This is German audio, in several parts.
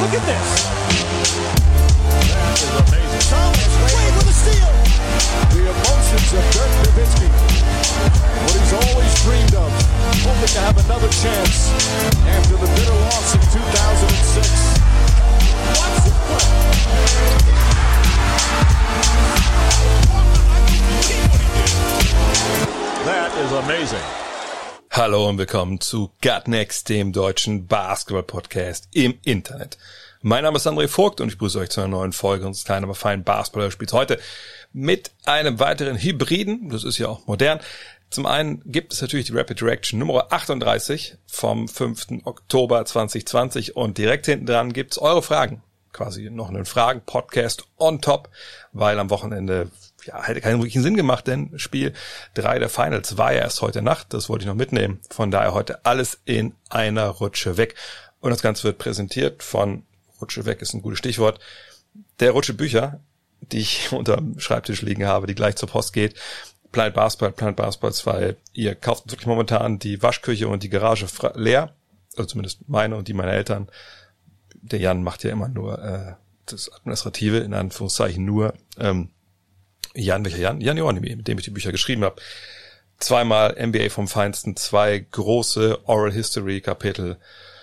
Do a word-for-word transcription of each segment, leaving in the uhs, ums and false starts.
Look at this. That is amazing. Thomas Wade with a steal. The emotions of Dirk Nowitzki. What he's always dreamed of. Hoping to have another chance after the bitter loss in two thousand six. Watch this play. That is amazing. Hallo und willkommen zu Gut Next, dem deutschen Basketball-Podcast im Internet. Mein Name ist André Vogt und ich begrüße euch zu einer neuen Folge unseres kleinen, aber feinen Basketball-Spiels heute mit einem weiteren Hybriden. Das ist ja auch modern. Zum einen gibt es natürlich die Rapid Reaction Nummer achtunddreißig vom fünften Oktober zweitausendzwanzig und direkt hinten dran gibt's eure Fragen. Quasi noch einen Fragen-Podcast on top, weil am Wochenende ja hätte keinen wirklichen Sinn gemacht, denn Spiel drei der Finals war ja erst heute Nacht, das wollte ich noch mitnehmen. Von daher heute alles in einer Rutsche weg. Und das Ganze wird präsentiert von, Rutsche weg ist ein gutes Stichwort, der Rutsche Bücher, die ich unter dem Schreibtisch liegen habe, die gleich zur Post geht. Planet Basketball, Planet Basketball zwei. Ihr kauft wirklich momentan die Waschküche und die Garage leer, also zumindest meine und die meiner Eltern. Der Jan macht ja immer nur äh, das Administrative, in Anführungszeichen nur. Ähm, Jan, welcher Jan? Jan Joannimi, mit dem ich die Bücher geschrieben habe. Zweimal N B A vom Feinsten, zwei große Oral History Kapitel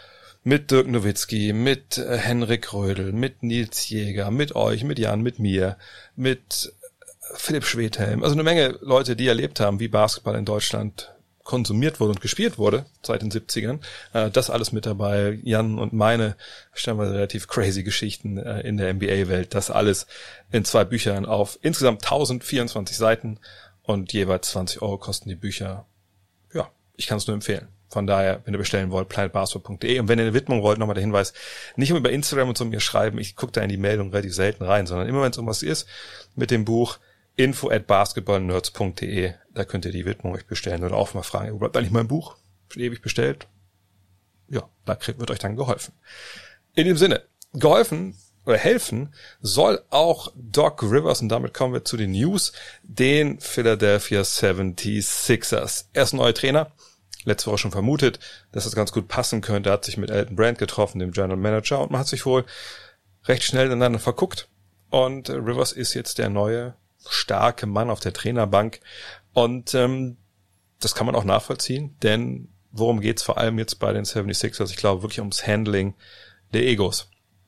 mit Dirk Nowitzki, mit äh, Henrik Rödel, mit Nils Jäger, mit euch, mit Jan, mit mir, mit Philipp Schwedhelm. Also eine Menge Leute, die erlebt haben, wie Basketball in Deutschland konsumiert wurde und gespielt wurde seit den siebzigern. Äh, das alles mit dabei. Jan und meine stellenweise relativ crazy Geschichten äh, in der N B A-Welt. Das alles in zwei Büchern auf insgesamt tausendvierundzwanzig Seiten und jeweils zwanzig Euro kosten die Bücher. Ja, ich kann es nur empfehlen. Von daher, wenn ihr bestellen wollt, planet basketball punkt de. Und wenn ihr eine Widmung wollt, nochmal der Hinweis, nicht immer über Instagram und so mir schreiben. Ich gucke da in die Meldung relativ selten rein, sondern immer, wenn es um was ist, mit dem Buch info at basketballnerds punkt de, da könnt ihr die Widmung euch bestellen oder auch mal fragen, wo bleibt eigentlich mein Buch? Schon ewig bestellt? Ja, da wird euch dann geholfen. In dem Sinne, geholfen oder helfen soll auch Doc Rivers, und damit kommen wir zu den News, den Philadelphia seventy-sixers. Er ist ein neuer Trainer, letzte Woche schon vermutet, dass das ganz gut passen könnte, er hat sich mit Elton Brand getroffen, dem General Manager, und man hat sich wohl recht schnell ineinander verguckt, und Rivers ist jetzt der neue starke Mann auf der Trainerbank, und ähm, das kann man auch nachvollziehen, denn worum geht's vor allem jetzt bei den seventy-sixers? Ich glaube wirklich ums Handling der Egos.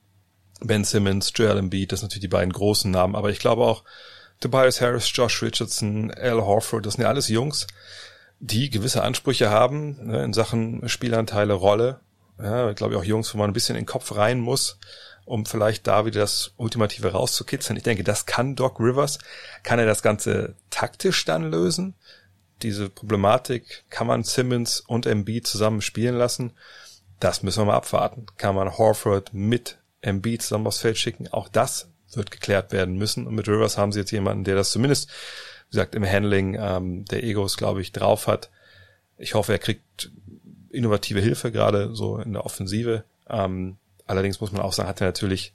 Ben Simmons, Joel Embiid, das sind natürlich die beiden großen Namen, aber ich glaube auch Tobias Harris, Josh Richardson, Al Horford, das sind ja alles Jungs, die gewisse Ansprüche haben, ne, in Sachen Spielanteile, Rolle. Ja, ich glaube auch Jungs, wo man ein bisschen in den Kopf rein muss, um vielleicht da wieder das Ultimative rauszukitzeln. Ich denke, das kann Doc Rivers. Kann er das Ganze taktisch dann lösen? Diese Problematik, kann man Simmons und Embiid zusammen spielen lassen? Das müssen wir mal abwarten. Kann man Horford mit Embiid zusammen aufs Feld schicken? Auch das wird geklärt werden müssen. Und mit Rivers haben sie jetzt jemanden, der das zumindest, wie gesagt, im Handling ähm, der Egos, glaube ich, drauf hat. Ich hoffe, er kriegt innovative Hilfe, gerade so in der Offensive. Ähm, Allerdings muss man auch sagen, hat er natürlich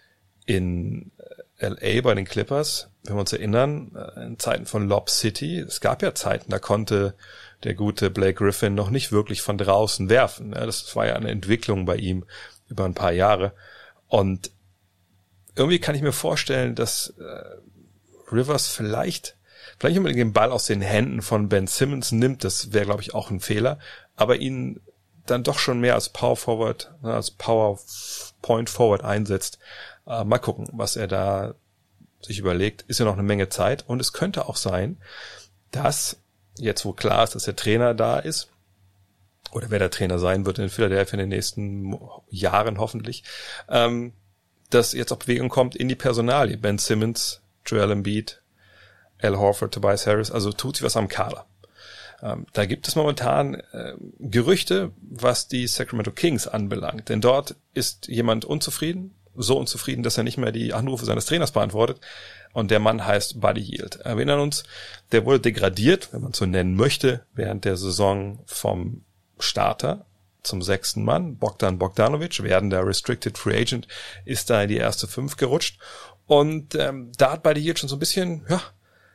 in L A bei den Clippers, wenn wir uns erinnern, in Zeiten von Lob City, es gab ja Zeiten, da konnte der gute Blake Griffin noch nicht wirklich von draußen werfen. Das war ja eine Entwicklung bei ihm über ein paar Jahre. Und irgendwie kann ich mir vorstellen, dass Rivers vielleicht, vielleicht unbedingt den Ball aus den Händen von Ben Simmons nimmt. Das wäre, glaube ich, auch ein Fehler. Aber ihn dann doch schon mehr als Power Forward, als Power Point Forward einsetzt. Äh, mal gucken, was er da sich überlegt. Ist ja noch eine Menge Zeit. Und es könnte auch sein, dass jetzt, wo klar ist, dass der Trainer da ist, oder wer der Trainer sein wird in Philadelphia in den nächsten Jahren hoffentlich, ähm, dass jetzt auch Bewegung kommt in die Personalie. Ben Simmons, Joel Embiid, Al Horford, Tobias Harris. Also tut sich was am Kader. Da gibt es momentan äh, Gerüchte, was die Sacramento Kings anbelangt. Denn dort ist jemand unzufrieden, so unzufrieden, dass er nicht mehr die Anrufe seines Trainers beantwortet. Und der Mann heißt Buddy Hield. Wir erinnern uns, der wurde degradiert, wenn man es so nennen möchte, während der Saison vom Starter zum sechsten Mann. Bogdan Bogdanovic, werdender Restricted Free Agent, ist da in die erste Fünf gerutscht. Und ähm, da hat Buddy Hield schon so ein bisschen, ja,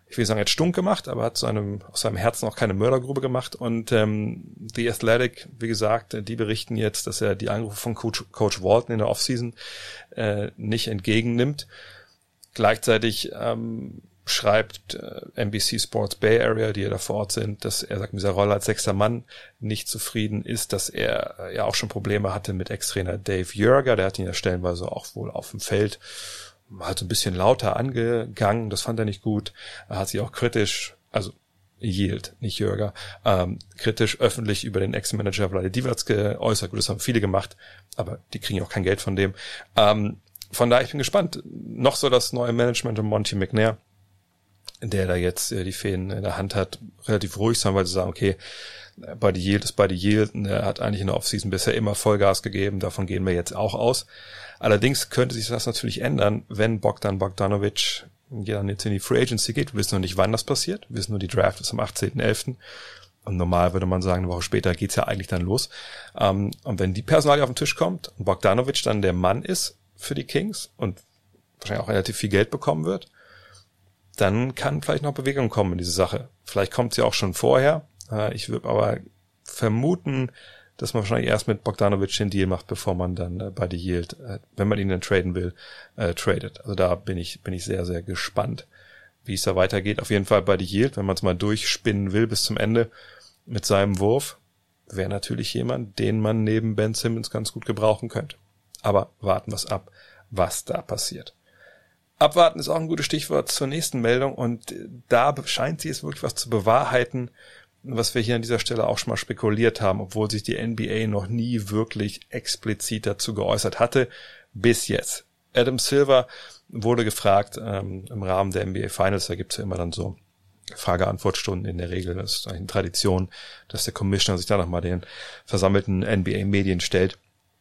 ich will sagen, er hat stunk gemacht, aber hat seinem, aus seinem Herzen auch keine Mördergrube gemacht. Und ähm, The Athletic, wie gesagt, die berichten jetzt, dass er die Anrufe von Coach, Coach Walton in der Offseason äh, nicht entgegennimmt. Gleichzeitig ähm, schreibt äh, N B C Sports Bay Area, die ja da vor Ort sind, dass er sagt, mit dieser Rolle als sechster Mann nicht zufrieden ist, dass er äh, ja auch schon Probleme hatte mit Ex-Trainer Dave Joerger, der hat ihn ja stellenweise auch wohl auf dem Feld halt so ein bisschen lauter angegangen, das fand er nicht gut. Er hat sich auch kritisch, also Yield, nicht Joerger, ähm, kritisch öffentlich über den Ex-Manager Vlade Divac geäußert. Gut, das haben viele gemacht, aber die kriegen ja auch kein Geld von dem. Ähm, von daher, ich bin gespannt. Noch so das neue Management um Monty McNair, der da jetzt äh, die Fäden in der Hand hat, relativ ruhig sein, weil sie sagen, okay, Buddy Yield ist Buddy Yield, und er hat eigentlich in der Offseason bisher immer Vollgas gegeben, davon gehen wir jetzt auch aus. Allerdings könnte sich das natürlich ändern, wenn Bogdan Bogdanovic dann jetzt in die Free Agency geht. Wir wissen noch nicht, wann das passiert, wir wissen nur, die Draft ist am achtzehnten elften und normal würde man sagen, eine Woche später geht's ja eigentlich dann los. Und wenn die Personalie auf den Tisch kommt und Bogdanovic dann der Mann ist für die Kings und wahrscheinlich auch relativ viel Geld bekommen wird, dann kann vielleicht noch Bewegung kommen in diese Sache. Vielleicht kommt sie auch schon vorher. Ich würde aber vermuten, dass man wahrscheinlich erst mit Bogdanovic den Deal macht, bevor man dann äh, Buddy Yield, äh, wenn man ihn dann traden will, äh, tradet. Also da bin ich bin ich sehr, sehr gespannt, wie es da weitergeht. Auf jeden Fall Buddy Yield, wenn man es mal durchspinnen will bis zum Ende mit seinem Wurf, wäre natürlich jemand, den man neben Ben Simmons ganz gut gebrauchen könnte. Aber warten wir es ab, was da passiert. Abwarten ist auch ein gutes Stichwort zur nächsten Meldung und da scheint sie es wirklich was zu bewahrheiten, was wir hier an dieser Stelle auch schon mal spekuliert haben, obwohl sich die N B A noch nie wirklich explizit dazu geäußert hatte, bis jetzt. Adam Silver wurde gefragt ähm, im Rahmen der N B A Finals, da gibt's ja immer dann so Frage-Antwort-Stunden in der Regel, das ist eine Tradition, dass der Commissioner sich da nochmal den versammelten N B A-Medien stellt.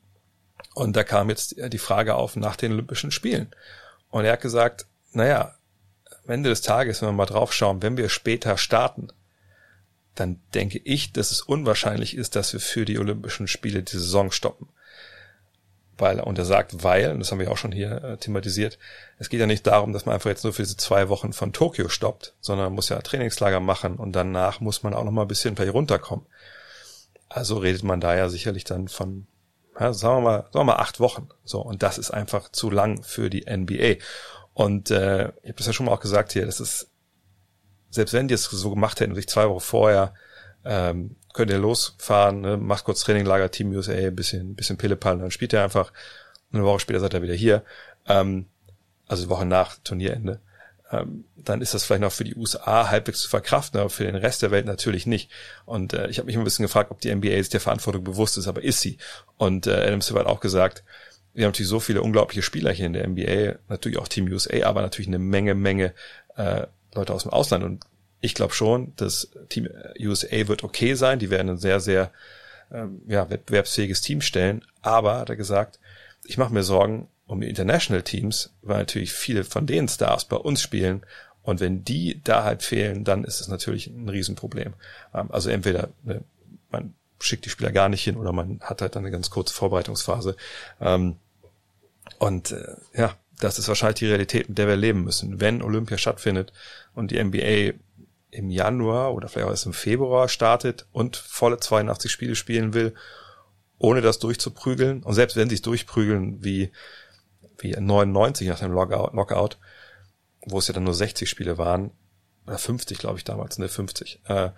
Und da kam jetzt die Frage auf nach den Olympischen Spielen. Und er hat gesagt, naja, am Ende des Tages, wenn wir mal drauf schauen, wenn wir später starten, dann denke ich, dass es unwahrscheinlich ist, dass wir für die Olympischen Spiele die Saison stoppen. Weil, und er sagt, weil, und das haben wir auch schon hier äh, thematisiert, es geht ja nicht darum, dass man einfach jetzt nur für diese zwei Wochen von Tokio stoppt, sondern man muss ja Trainingslager machen und danach muss man auch noch mal ein bisschen vielleicht runterkommen. Also redet man da ja sicherlich dann von, ja, sagen wir mal, sagen wir mal acht Wochen. So, und das ist einfach zu lang für die N B A. Und äh, ich habe das ja schon mal auch gesagt hier, das ist, selbst wenn die es so gemacht hätten, sich zwei Wochen vorher, ähm, könnt ihr losfahren, ne, macht kurz Traininglager, Team U S A, ein bisschen, bisschen Pillepalle, dann spielt ihr einfach. Und eine Woche später seid ihr wieder hier. Ähm, also eine Woche nach Turnierende. Ähm, dann ist das vielleicht noch für die U S A halbwegs zu verkraften, aber für den Rest der Welt natürlich nicht. Und äh, ich habe mich ein bisschen gefragt, ob die N B A sich der Verantwortung bewusst ist, aber ist sie. Und äh, Adam Silver hat auch gesagt, wir haben natürlich so viele unglaubliche Spieler hier in der N B A, natürlich auch Team U S A, aber natürlich eine Menge, Menge äh, Leute aus dem Ausland. Und ich glaube schon, dass Team U S A wird okay sein. Die werden ein sehr, sehr ähm, ja, wettbewerbsfähiges Team stellen. Aber, hat er gesagt, ich mache mir Sorgen um die International Teams, weil natürlich viele von den Stars bei uns spielen. Und wenn die da halt fehlen, dann ist es natürlich ein Riesenproblem. Ähm, also entweder ne, man schickt die Spieler gar nicht hin oder man hat halt dann eine ganz kurze Vorbereitungsphase. Ähm, und äh, ja, das ist wahrscheinlich die Realität, mit der wir leben müssen. Wenn Olympia stattfindet und die N B A im Januar oder vielleicht auch erst im Februar startet und volle zweiundachtzig Spiele spielen will, ohne das durchzuprügeln, und selbst wenn sie es durchprügeln wie wie neunundneunzig nach dem Lockout, Lockout, wo es ja dann nur sechzig Spiele waren, oder fünfzig, glaube ich, damals, ne, fünfzig, äh,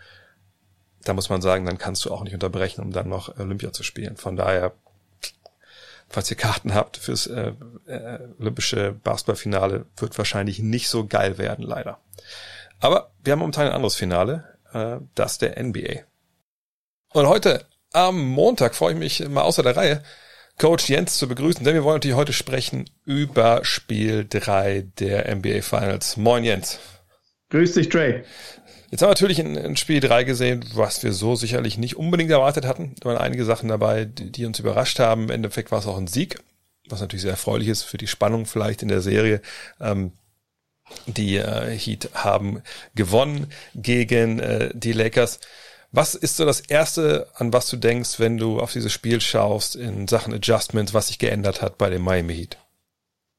da muss man sagen, dann kannst du auch nicht unterbrechen, um dann noch Olympia zu spielen. Von daher, falls ihr Karten habt fürs äh, äh, olympische Basketballfinale, wird wahrscheinlich nicht so geil werden, leider. Aber wir haben momentan ein anderes Finale, äh, das der N B A. Und heute, am Montag, freue ich mich mal außer der Reihe, Coach Jens zu begrüßen, denn wir wollen natürlich heute sprechen über Spiel drei der N B A Finals. Moin Jens. Grüß dich, Trey. Jetzt haben wir natürlich in, in Spiel drei gesehen, was wir so sicherlich nicht unbedingt erwartet hatten. Da waren einige Sachen dabei, die, die uns überrascht haben. Im Endeffekt war es auch ein Sieg, was natürlich sehr erfreulich ist für die Spannung vielleicht in der Serie. Ähm, die äh, Heat haben gewonnen gegen äh, die Lakers. Was ist so das Erste, an was du denkst, wenn du auf dieses Spiel schaust in Sachen Adjustments, was sich geändert hat bei dem Miami Heat?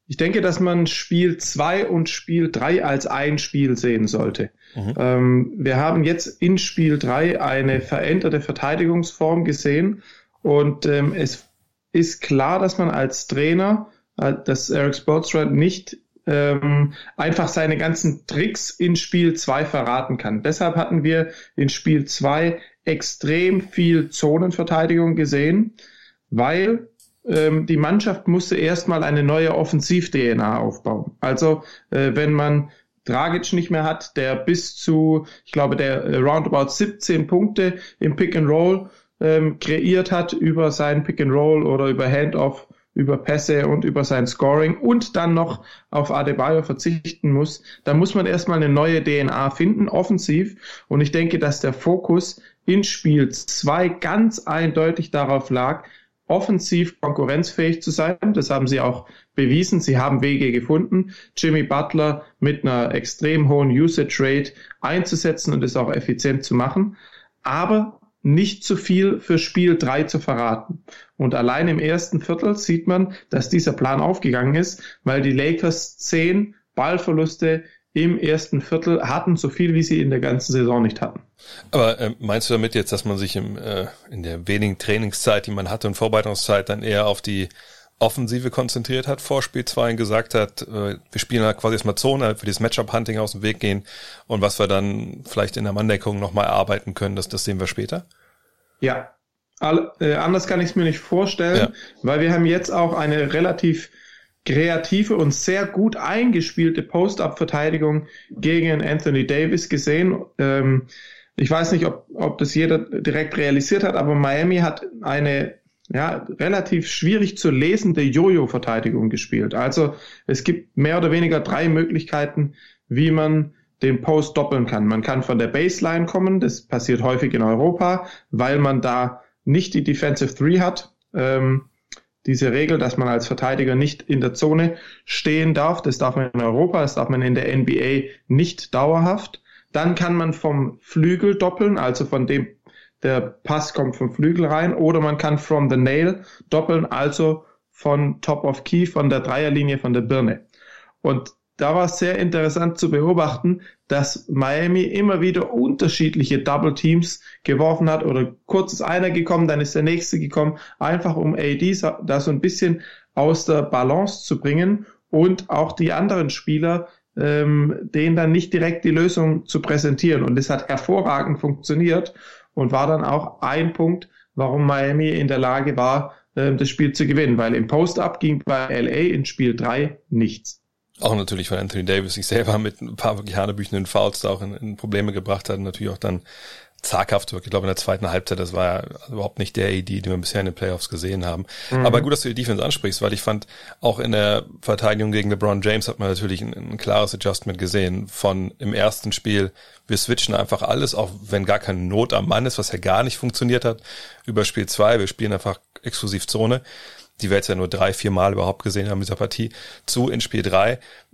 Ich denke, dass man Spiel zwei und Spiel drei als ein Spiel sehen sollte. Mhm. Ähm, wir haben jetzt in Spiel drei eine veränderte Verteidigungsform gesehen und ähm, es ist klar, dass man als Trainer, äh, dass Erik Spoelstra nicht ähm, einfach seine ganzen Tricks in Spiel zwei verraten kann. Deshalb hatten wir in Spiel zwei extrem viel Zonenverteidigung gesehen, weil die Mannschaft musste erstmal eine neue Offensiv-D N A aufbauen. Also äh, wenn man Dragic nicht mehr hat, der bis zu, ich glaube, der äh, roundabout siebzehn Punkte im Pick-and-Roll ähm, kreiert hat über sein Pick-and-Roll oder über Handoff, über Pässe und über sein Scoring und dann noch auf Adebayo verzichten muss, dann muss man erstmal eine neue D N A finden, offensiv. Und ich denke, dass der Fokus in Spiel zwei ganz eindeutig darauf lag, offensiv konkurrenzfähig zu sein. Das haben sie auch bewiesen. Sie haben Wege gefunden, Jimmy Butler mit einer extrem hohen Usage Rate einzusetzen und es auch effizient zu machen, aber nicht zu viel für Spiel drei zu verraten. Und allein im ersten Viertel sieht man, dass dieser Plan aufgegangen ist, weil die Lakers zehn Ballverluste im ersten Viertel hatten, so viel wie sie in der ganzen Saison nicht hatten. Aber äh, meinst du damit jetzt, dass man sich im äh, in der wenigen Trainingszeit, die man hatte und Vorbereitungszeit, dann eher auf die Offensive konzentriert hat vor Spiel zwei und gesagt hat, äh, wir spielen halt quasi erstmal Zone, für dieses Matchup-Hunting aus dem Weg gehen und was wir dann vielleicht in der Manndeckung nochmal erarbeiten können, das, das sehen wir später? Ja, All, äh, anders kann ich es mir nicht vorstellen, ja. Weil wir haben jetzt auch eine relativ kreative und sehr gut eingespielte Post-Up-Verteidigung gegen Anthony Davis gesehen. Ähm, ich weiß nicht, ob, ob das jeder direkt realisiert hat, aber Miami hat eine ja relativ schwierig zu lesende Jojo-Verteidigung gespielt. Also es gibt mehr oder weniger drei Möglichkeiten, wie man den Post doppeln kann. Man kann von der Baseline kommen, das passiert häufig in Europa, weil man da nicht die Defensive Three hat. Ähm, Diese Regel, dass man als Verteidiger nicht in der Zone stehen darf, das darf man in Europa, das darf man in der N B A nicht dauerhaft. Dann kann man vom Flügel doppeln, also von dem, der Pass kommt vom Flügel rein, oder man kann from the nail doppeln, also von Top of Key, von der Dreierlinie, von der Birne. Und da war es sehr interessant zu beobachten, dass Miami immer wieder unterschiedliche Double Teams geworfen hat oder kurz ist einer gekommen, dann ist der nächste gekommen, einfach um A D da so ein bisschen aus der Balance zu bringen und auch die anderen Spieler, ähm, denen dann nicht direkt die Lösung zu präsentieren. Und das hat hervorragend funktioniert und war dann auch ein Punkt, warum Miami in der Lage war, äh, das Spiel zu gewinnen, weil im Post-Up ging bei L A in Spiel drei nichts. Auch natürlich von Anthony Davis sich selber mit ein paar wirklich hanebüchenden Fouls da auch in, in Probleme gebracht hat und natürlich auch dann zaghaft wirkt. Ich glaube in der zweiten Halbzeit, das war ja überhaupt nicht der A D, den wir bisher in den Playoffs gesehen haben. Mhm. Aber gut, dass du die Defense ansprichst, weil ich fand, auch in der Verteidigung gegen LeBron James hat man natürlich ein, ein klares Adjustment gesehen von im ersten Spiel, wir switchen einfach alles, auch wenn gar keine Not am Mann ist, was ja gar nicht funktioniert hat, über Spiel zwei, wir spielen einfach exklusiv Zone, die wir jetzt ja nur drei, vier Mal überhaupt gesehen haben in dieser Partie, zu in Spiel drei,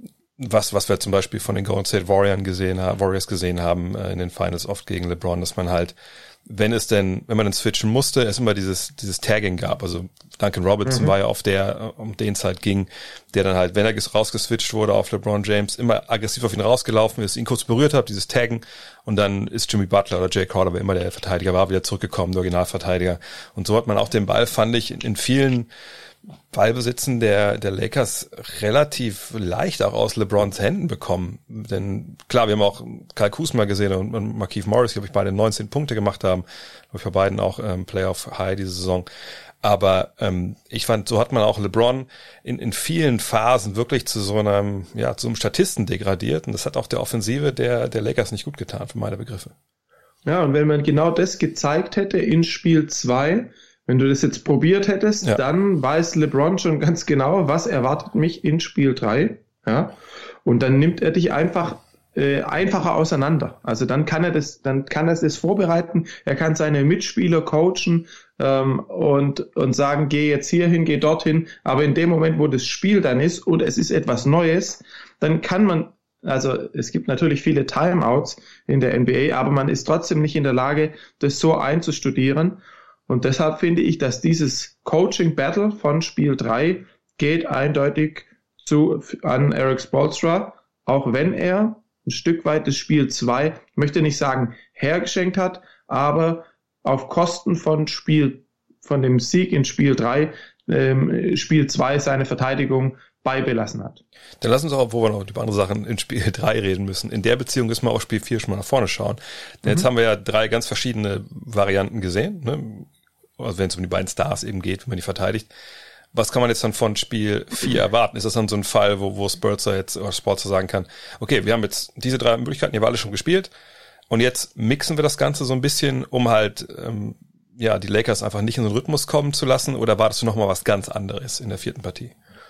was was wir zum Beispiel von den Golden State Warriors gesehen haben, Warriors gesehen haben äh, in den Finals oft gegen LeBron, dass man halt, wenn es denn, wenn man dann switchen musste, es immer dieses dieses Tagging gab. Also Duncan Robinson mhm. war ja auf der, um den es halt ging, der dann halt, wenn er rausgeswitcht wurde auf LeBron James, immer aggressiv auf ihn rausgelaufen ist, ihn kurz berührt hat, dieses Taggen, und dann ist Jimmy Butler oder Jay Crowder, wer immer der Verteidiger war, wieder zurückgekommen, der Originalverteidiger. Und so hat man auch den Ball, fand ich, in, in vielen Ballbesitzen der der Lakers relativ leicht auch aus LeBrons Händen bekommen. Denn klar, wir haben auch Kyle Kuzma gesehen und, und Markieff Morris, glaube ich, beide neunzehn Punkte gemacht haben. Glaube ich, bei beiden auch ähm, Playoff High diese Saison. Aber ähm, ich fand, so hat man auch LeBron in in vielen Phasen wirklich zu so einem ja zu einem Statisten degradiert. Und das hat auch der Offensive der der Lakers nicht gut getan, für meine Begriffe. Ja, und wenn man genau das gezeigt hätte in Spiel zwei, wenn du das jetzt probiert hättest, ja, dann weiß LeBron schon ganz genau, was erwartet mich in Spiel drei. Ja? Und dann nimmt er dich einfach äh, einfacher auseinander. Also dann kann er das, dann kann er das vorbereiten. Er kann seine Mitspieler coachen ähm, und und sagen, geh jetzt hierhin, geh dorthin. Aber in dem Moment, wo das Spiel dann ist und es ist etwas Neues, dann kann man, also es gibt natürlich viele Timeouts in der N B A, aber man ist trotzdem nicht in der Lage, das so einzustudieren. Und deshalb finde ich, dass dieses Coaching-Battle von Spiel drei geht eindeutig zu, an Erik Spoelstra, auch wenn er ein Stück weit das Spiel zwei, ich möchte nicht sagen hergeschenkt hat, aber auf Kosten von Spiel, von dem Sieg in Spiel drei, ähm, Spiel zwei seine Verteidigung beibelassen hat. Dann lass uns auch, wo wir noch über andere Sachen in Spiel drei reden müssen. In der Beziehung müssen wir auch Spiel vier schon mal nach vorne schauen. Denn mhm. jetzt haben wir ja drei ganz verschiedene Varianten gesehen, ne? Also wenn es um die beiden Stars eben geht, wie man die verteidigt. Was kann man jetzt dann von Spiel vier erwarten? Ist das dann so ein Fall, wo, wo Spurzer jetzt oder Sportster sagen kann, okay, wir haben jetzt diese drei Möglichkeiten, die haben wir alle schon gespielt und jetzt mixen wir das Ganze so ein bisschen, um halt ähm, ja die Lakers einfach nicht in den Rhythmus kommen zu lassen, oder wartest du noch mal was ganz anderes in der vierten Partie?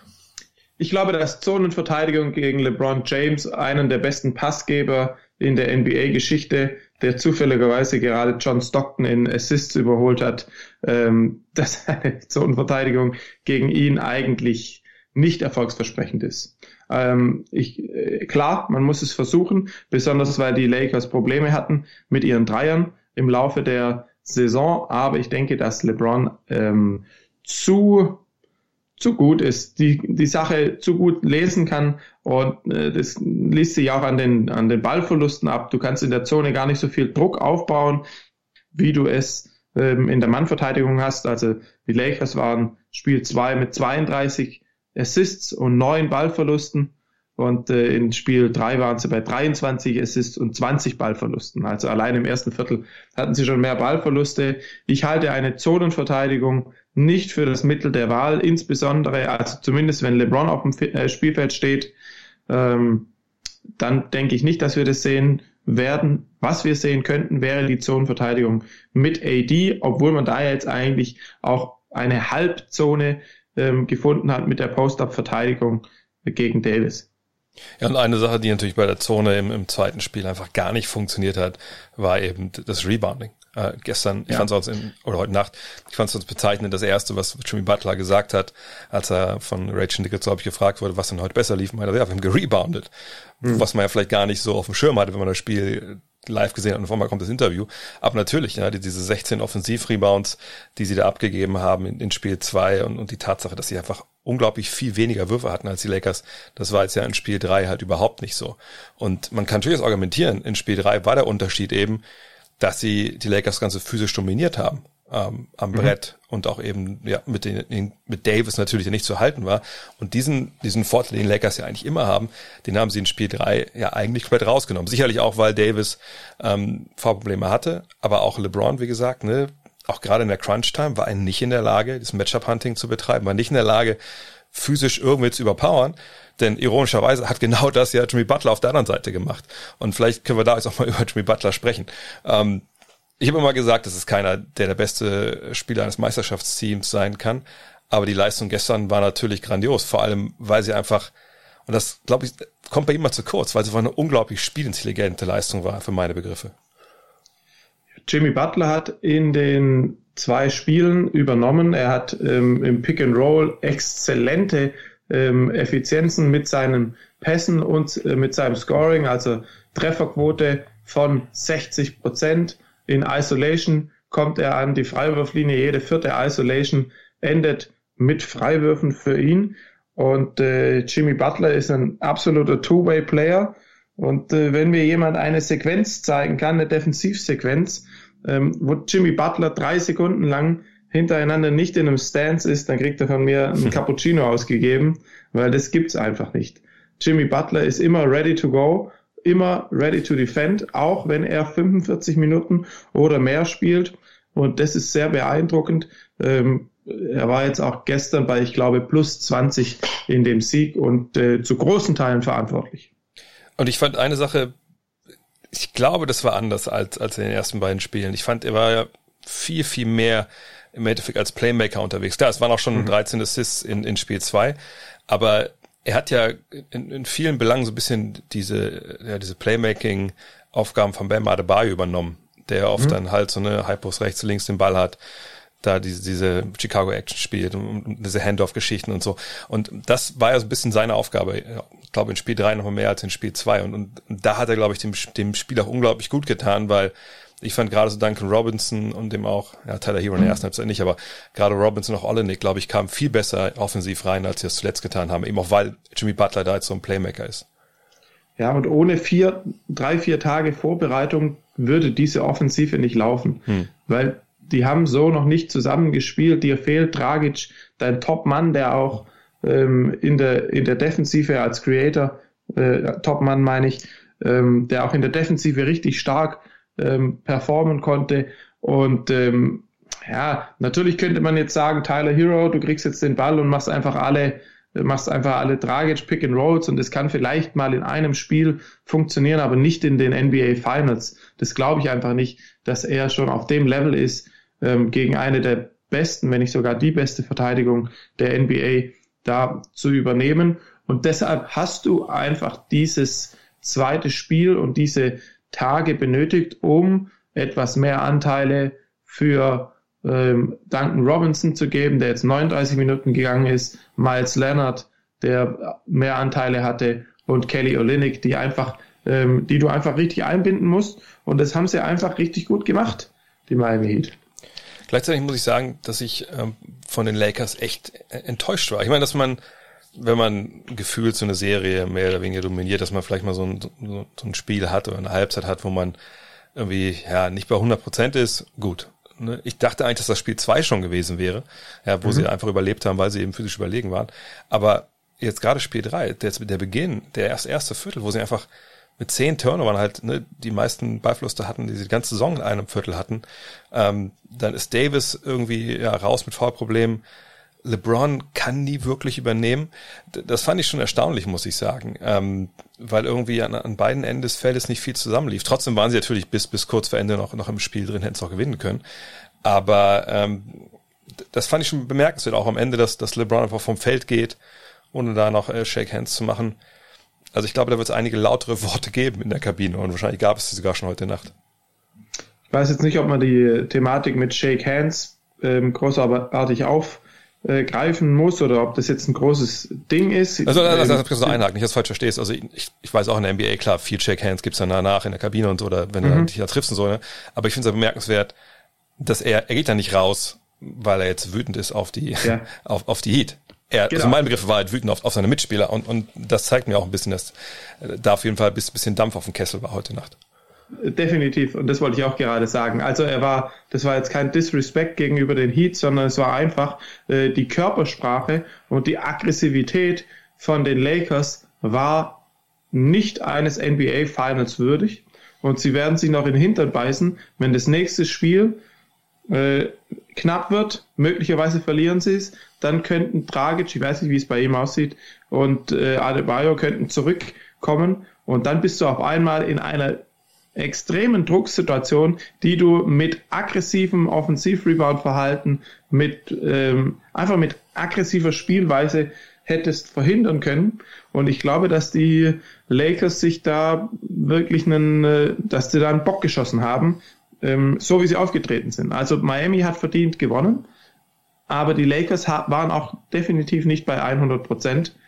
Ich glaube, dass Zonenverteidigung gegen LeBron James, einen der besten Passgeber in der N B A-Geschichte, der zufälligerweise gerade John Stockton in Assists überholt hat, ähm, dass eine Zonenverteidigung gegen ihn eigentlich nicht erfolgsversprechend ist. Ähm, ich, äh, klar, man muss es versuchen, besonders weil die Lakers Probleme hatten mit ihren Dreiern im Laufe der Saison, aber ich denke, dass LeBron ähm, zu zu gut ist, die die Sache zu gut lesen kann, und äh, das liest sich auch an den an den Ballverlusten ab. Du kannst in der Zone gar nicht so viel Druck aufbauen, wie du es ähm, in der Mannverteidigung hast. Also die Lakers waren Spiel zwei mit zweiunddreißig Assists und neun Ballverlusten, und äh, in Spiel drei waren sie bei dreiundzwanzig Assists und zwanzig Ballverlusten. Also allein im ersten Viertel hatten sie schon mehr Ballverluste. Ich halte eine Zonenverteidigung nicht für das Mittel der Wahl, insbesondere, also zumindest wenn LeBron auf dem Spielfeld steht, ähm, dann denke ich nicht, dass wir das sehen werden. Was wir sehen könnten, wäre die Zonenverteidigung mit A D, obwohl man da jetzt eigentlich auch eine Halbzone ähm, gefunden hat mit der Post-Up-Verteidigung gegen Davis. Ja, und eine Sache, die natürlich bei der Zone im, im zweiten Spiel einfach gar nicht funktioniert hat, war eben das Rebounding. Äh, gestern, ich ja. fand es uns in, oder heute Nacht, ich fand es uns bezeichnend, das erste, was Jimmy Butler gesagt hat, als er von Rachel Nichols, glaube ich, gefragt wurde, was denn heute besser lief, meinte er, ja, wir haben gereboundet. Mhm. Was man ja vielleicht gar nicht so auf dem Schirm hatte, wenn man das Spiel live gesehen hat und auf einmal kommt das Interview. Aber natürlich, ja, diese sechzehn Offensiv-Rebounds, die sie da abgegeben haben in, in Spiel zwei, und, und die Tatsache, dass sie einfach unglaublich viel weniger Würfe hatten als die Lakers, das war jetzt ja in Spiel drei halt überhaupt nicht so. Und man kann durchaus argumentieren, in Spiel drei war der Unterschied eben, dass sie die Lakers Ganze physisch dominiert haben ähm, am mhm. Brett und auch eben ja mit den mit Davis natürlich, der nicht zu halten war. Und diesen diesen Vorteil, den die Lakers ja eigentlich immer haben, den haben sie in Spiel drei ja eigentlich komplett rausgenommen. Sicherlich auch, weil Davis ähm, Foulprobleme hatte, aber auch LeBron, wie gesagt, ne, auch gerade in der Crunch-Time war er nicht in der Lage, das Matchup-Hunting zu betreiben, war nicht in der Lage, physisch irgendwie zu überpowern. Denn ironischerweise hat genau das ja Jimmy Butler auf der anderen Seite gemacht. Und vielleicht können wir da jetzt auch mal über Jimmy Butler sprechen. Ähm, ich habe immer gesagt, das ist keiner, der der beste Spieler eines Meisterschaftsteams sein kann. Aber die Leistung gestern war natürlich grandios. Vor allem, weil sie einfach, und das, glaube ich, kommt bei ihm mal zu kurz, weil es einfach eine unglaublich spielintelligente Leistung war für meine Begriffe. Jimmy Butler hat in den zwei Spielen übernommen. Er hat ähm, im Pick and Roll exzellente ähm, Effizienzen mit seinen Pässen und äh, mit seinem Scoring, also Trefferquote von sechzig Prozent. In Isolation kommt er an die Freiwurflinie. Jede vierte Isolation endet mit Freiwürfen für ihn. Und äh, Jimmy Butler ist ein absoluter Two-Way-Player. Und äh, wenn mir jemand eine Sequenz zeigen kann, eine Defensivsequenz, ähm, wo Jimmy Butler drei Sekunden lang hintereinander nicht in einem Stance ist, dann kriegt er von mir einen Cappuccino ausgegeben, weil das gibt's einfach nicht. Jimmy Butler ist immer ready to go, immer ready to defend, auch wenn er fünfundvierzig Minuten oder mehr spielt. Und das ist sehr beeindruckend. Ähm, er war jetzt auch gestern bei, ich glaube, plus zwanzig in dem Sieg und äh, zu großen Teilen verantwortlich. Und ich fand eine Sache, ich glaube, das war anders als, als in den ersten beiden Spielen. Ich fand, er war ja viel, viel mehr im Endeffekt als Playmaker unterwegs. Klar, es waren auch schon mhm. dreizehn Assists in, in Spiel zwei, aber er hat ja in, in vielen Belangen so ein bisschen diese, ja, diese Playmaking-Aufgaben von Bam Adebayo übernommen, der oft mhm. dann halt so eine High-Post rechts, links den Ball hat, da diese, diese Chicago-Action spielt und, und diese Handoff-Geschichten und so. Und das war ja so ein bisschen seine Aufgabe. Ich glaube, in Spiel drei noch mal mehr als in Spiel zwei. Und, und, und da hat er, glaube ich, dem, dem Spiel auch unglaublich gut getan, weil ich fand gerade so Duncan Robinson und dem auch, ja, Tyler Hero in der ersten Halbzeit nicht, aber gerade Robinson und auch Olenek, glaube ich, kamen viel besser offensiv rein, als sie das zuletzt getan haben, eben auch weil Jimmy Butler da jetzt so ein Playmaker ist. Ja, und ohne vier, drei, vier Tage Vorbereitung würde diese Offensive nicht laufen, hm. weil die haben so noch nicht zusammengespielt. Dir fehlt Dragic, dein Top-Mann, der auch ähm, in der in der Defensive als Creator, äh, Top-Mann meine ich, ähm, der auch in der Defensive richtig stark ähm, performen konnte. Und ähm, ja, natürlich könnte man jetzt sagen, Tyler Hero, du kriegst jetzt den Ball und machst einfach alle machst einfach alle Dragic Pick and Rolls und es kann vielleicht mal in einem Spiel funktionieren, aber nicht in den N B A Finals. Das glaube ich einfach nicht, dass er schon auf dem Level ist, ähm, gegen eine der besten, wenn nicht sogar die beste Verteidigung der N B A da zu übernehmen. Und deshalb hast du einfach dieses zweite Spiel und diese Tage benötigt, um etwas mehr Anteile für ähm, Duncan Robinson zu geben, der jetzt neununddreißig Minuten gegangen ist, Miles Leonard, der mehr Anteile hatte, und Kelly Olynyk, die einfach, ähm, die du einfach richtig einbinden musst. Und das haben sie einfach richtig gut gemacht, die Miami Heat. Gleichzeitig muss ich sagen, dass ich ähm, von den Lakers echt enttäuscht war. Ich meine, dass man, wenn man gefühlt so eine Serie mehr oder weniger dominiert, dass man vielleicht mal so ein, so, so ein Spiel hat oder eine Halbzeit hat, wo man irgendwie ja nicht bei hundert Prozent ist, gut. Ich dachte eigentlich, dass das Spiel zwei schon gewesen wäre, ja, wo mhm. sie einfach überlebt haben, weil sie eben physisch überlegen waren. Aber jetzt gerade Spiel drei, der, der Beginn, der erste, erste Viertel, wo sie einfach mit zehn Turnovern halt ne, die meisten Ballverluste hatten, die sie die ganze Saison in einem Viertel hatten. Ähm, dann ist Davis irgendwie ja, raus mit Foulproblemen. LeBron kann nie wirklich übernehmen. Das fand ich schon erstaunlich, muss ich sagen, ähm, weil irgendwie an, an beiden Enden des Feldes nicht viel zusammenlief. Trotzdem waren sie natürlich bis bis kurz vor Ende noch noch im Spiel drin, hätten es auch gewinnen können. Aber ähm, das fand ich schon bemerkenswert, auch am Ende, dass, dass LeBron einfach vom Feld geht, ohne da noch äh, Shake Hands zu machen. Also ich glaube, da wird es einige lautere Worte geben in der Kabine und wahrscheinlich gab es sie sogar schon heute Nacht. Ich weiß jetzt nicht, ob man die Thematik mit Shake Hands ähm, großartig auf äh, greifen muss oder ob das jetzt ein großes Ding ist. Also das, das, das kannst du einhaken, nicht, dass du falsch verstehst. Also ich, ich weiß auch in der N B A, klar, viel Shake Hands gibt's dann danach in der Kabine und so, oder wenn mhm. du dich da triffst und so, ne? Aber ich finde es ja bemerkenswert, dass er, er geht da nicht raus, weil er jetzt wütend ist auf die, ja. auf, auf die Heat. Er, genau. Also mein Begriff war halt wütend auf, auf seine Mitspieler und, und das zeigt mir auch ein bisschen, dass da auf jeden Fall ein bisschen Dampf auf dem Kessel war heute Nacht. Definitiv, und das wollte ich auch gerade sagen. Also er war, das war jetzt kein Disrespect gegenüber den Heat, sondern es war einfach äh, die Körpersprache und die Aggressivität von den Lakers war nicht eines N B A Finals würdig und sie werden sich noch in den Hintern beißen, wenn das nächste Spiel äh, knapp wird, möglicherweise verlieren sie es, dann könnten Dragic, ich weiß nicht, wie es bei ihm aussieht, und äh, Adebayo könnten zurückkommen und dann bist du auf einmal in einer extremen Drucksituation, die du mit aggressivem Offensiv-Rebound-Verhalten, mit ähm, einfach mit aggressiver Spielweise hättest verhindern können. Und ich glaube, dass die Lakers sich da wirklich einen, äh, dass sie da einen Bock geschossen haben, ähm, so wie sie aufgetreten sind. Also Miami hat verdient gewonnen, aber die Lakers ha- waren auch definitiv nicht bei hundert Prozent.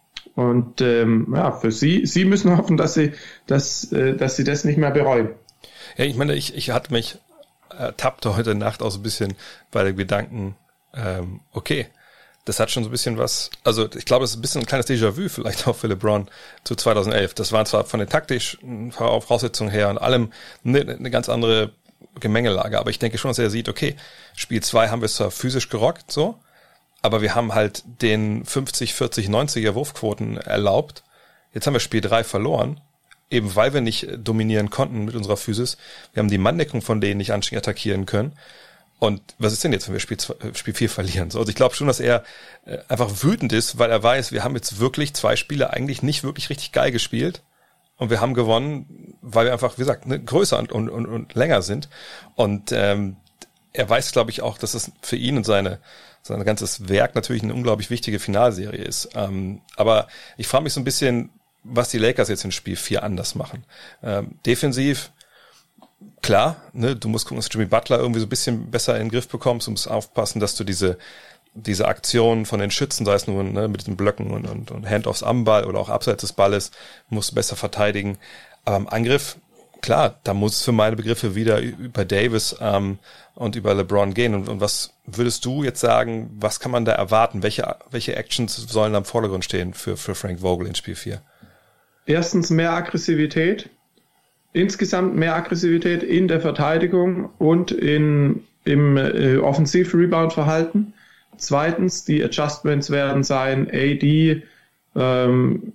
Und ähm, ja, für sie, sie müssen hoffen, dass sie, dass, äh, dass sie das nicht mehr bereuen. Ja, ich meine, ich, ich hatte mich ertappt heute Nacht auch so ein bisschen bei dem Gedanken, ähm, okay, das hat schon so ein bisschen was, also ich glaube, es ist ein bisschen ein kleines Déjà-vu vielleicht auch für LeBron zu zweitausendelf. Das war zwar von den taktischen Voraussetzungen her und allem eine, eine ganz andere Gemengelage, aber ich denke schon, dass er sieht, okay, Spiel zwei haben wir zwar physisch gerockt, so, aber wir haben halt den fünfzig, vierzig, neunziger Wurfquoten erlaubt. Jetzt haben wir Spiel drei verloren, eben weil wir nicht dominieren konnten mit unserer Physis. Wir haben die Manndeckung von denen nicht anständig attackieren können. Und was ist denn jetzt, wenn wir Spiel, Spiel vier verlieren? Also ich glaube schon, dass er einfach wütend ist, weil er weiß, wir haben jetzt wirklich zwei Spiele eigentlich nicht wirklich richtig geil gespielt. Und wir haben gewonnen, weil wir einfach, wie gesagt, ne, größer und, und, und länger sind. Und ähm, er weiß, glaube ich, auch, dass es für ihn und seine sein ganzes Werk natürlich eine unglaublich wichtige Finalserie ist. Ähm, aber ich frage mich so ein bisschen, was die Lakers jetzt in Spiel vier anders machen. Ähm, defensiv, klar, ne, du musst gucken, dass Jimmy Butler irgendwie so ein bisschen besser in den Griff bekommst. Du musst aufpassen, dass du diese diese Aktion von den Schützen, sei es nur ne, mit den Blöcken und, und, und Handoffs am Ball oder auch abseits des Balles, musst du besser verteidigen. Aber im Angriff klar, da muss für meine Begriffe wieder über Davis ähm, und über LeBron gehen. Und, und was würdest du jetzt sagen, was kann man da erwarten? Welche welche Actions sollen am Vordergrund stehen für, für Frank Vogel in Spiel vier? Erstens mehr Aggressivität. Insgesamt mehr Aggressivität in der Verteidigung und in, im äh, Offensiv-Rebound-Verhalten. Zweitens, die Adjustments werden sein, A D, ähm,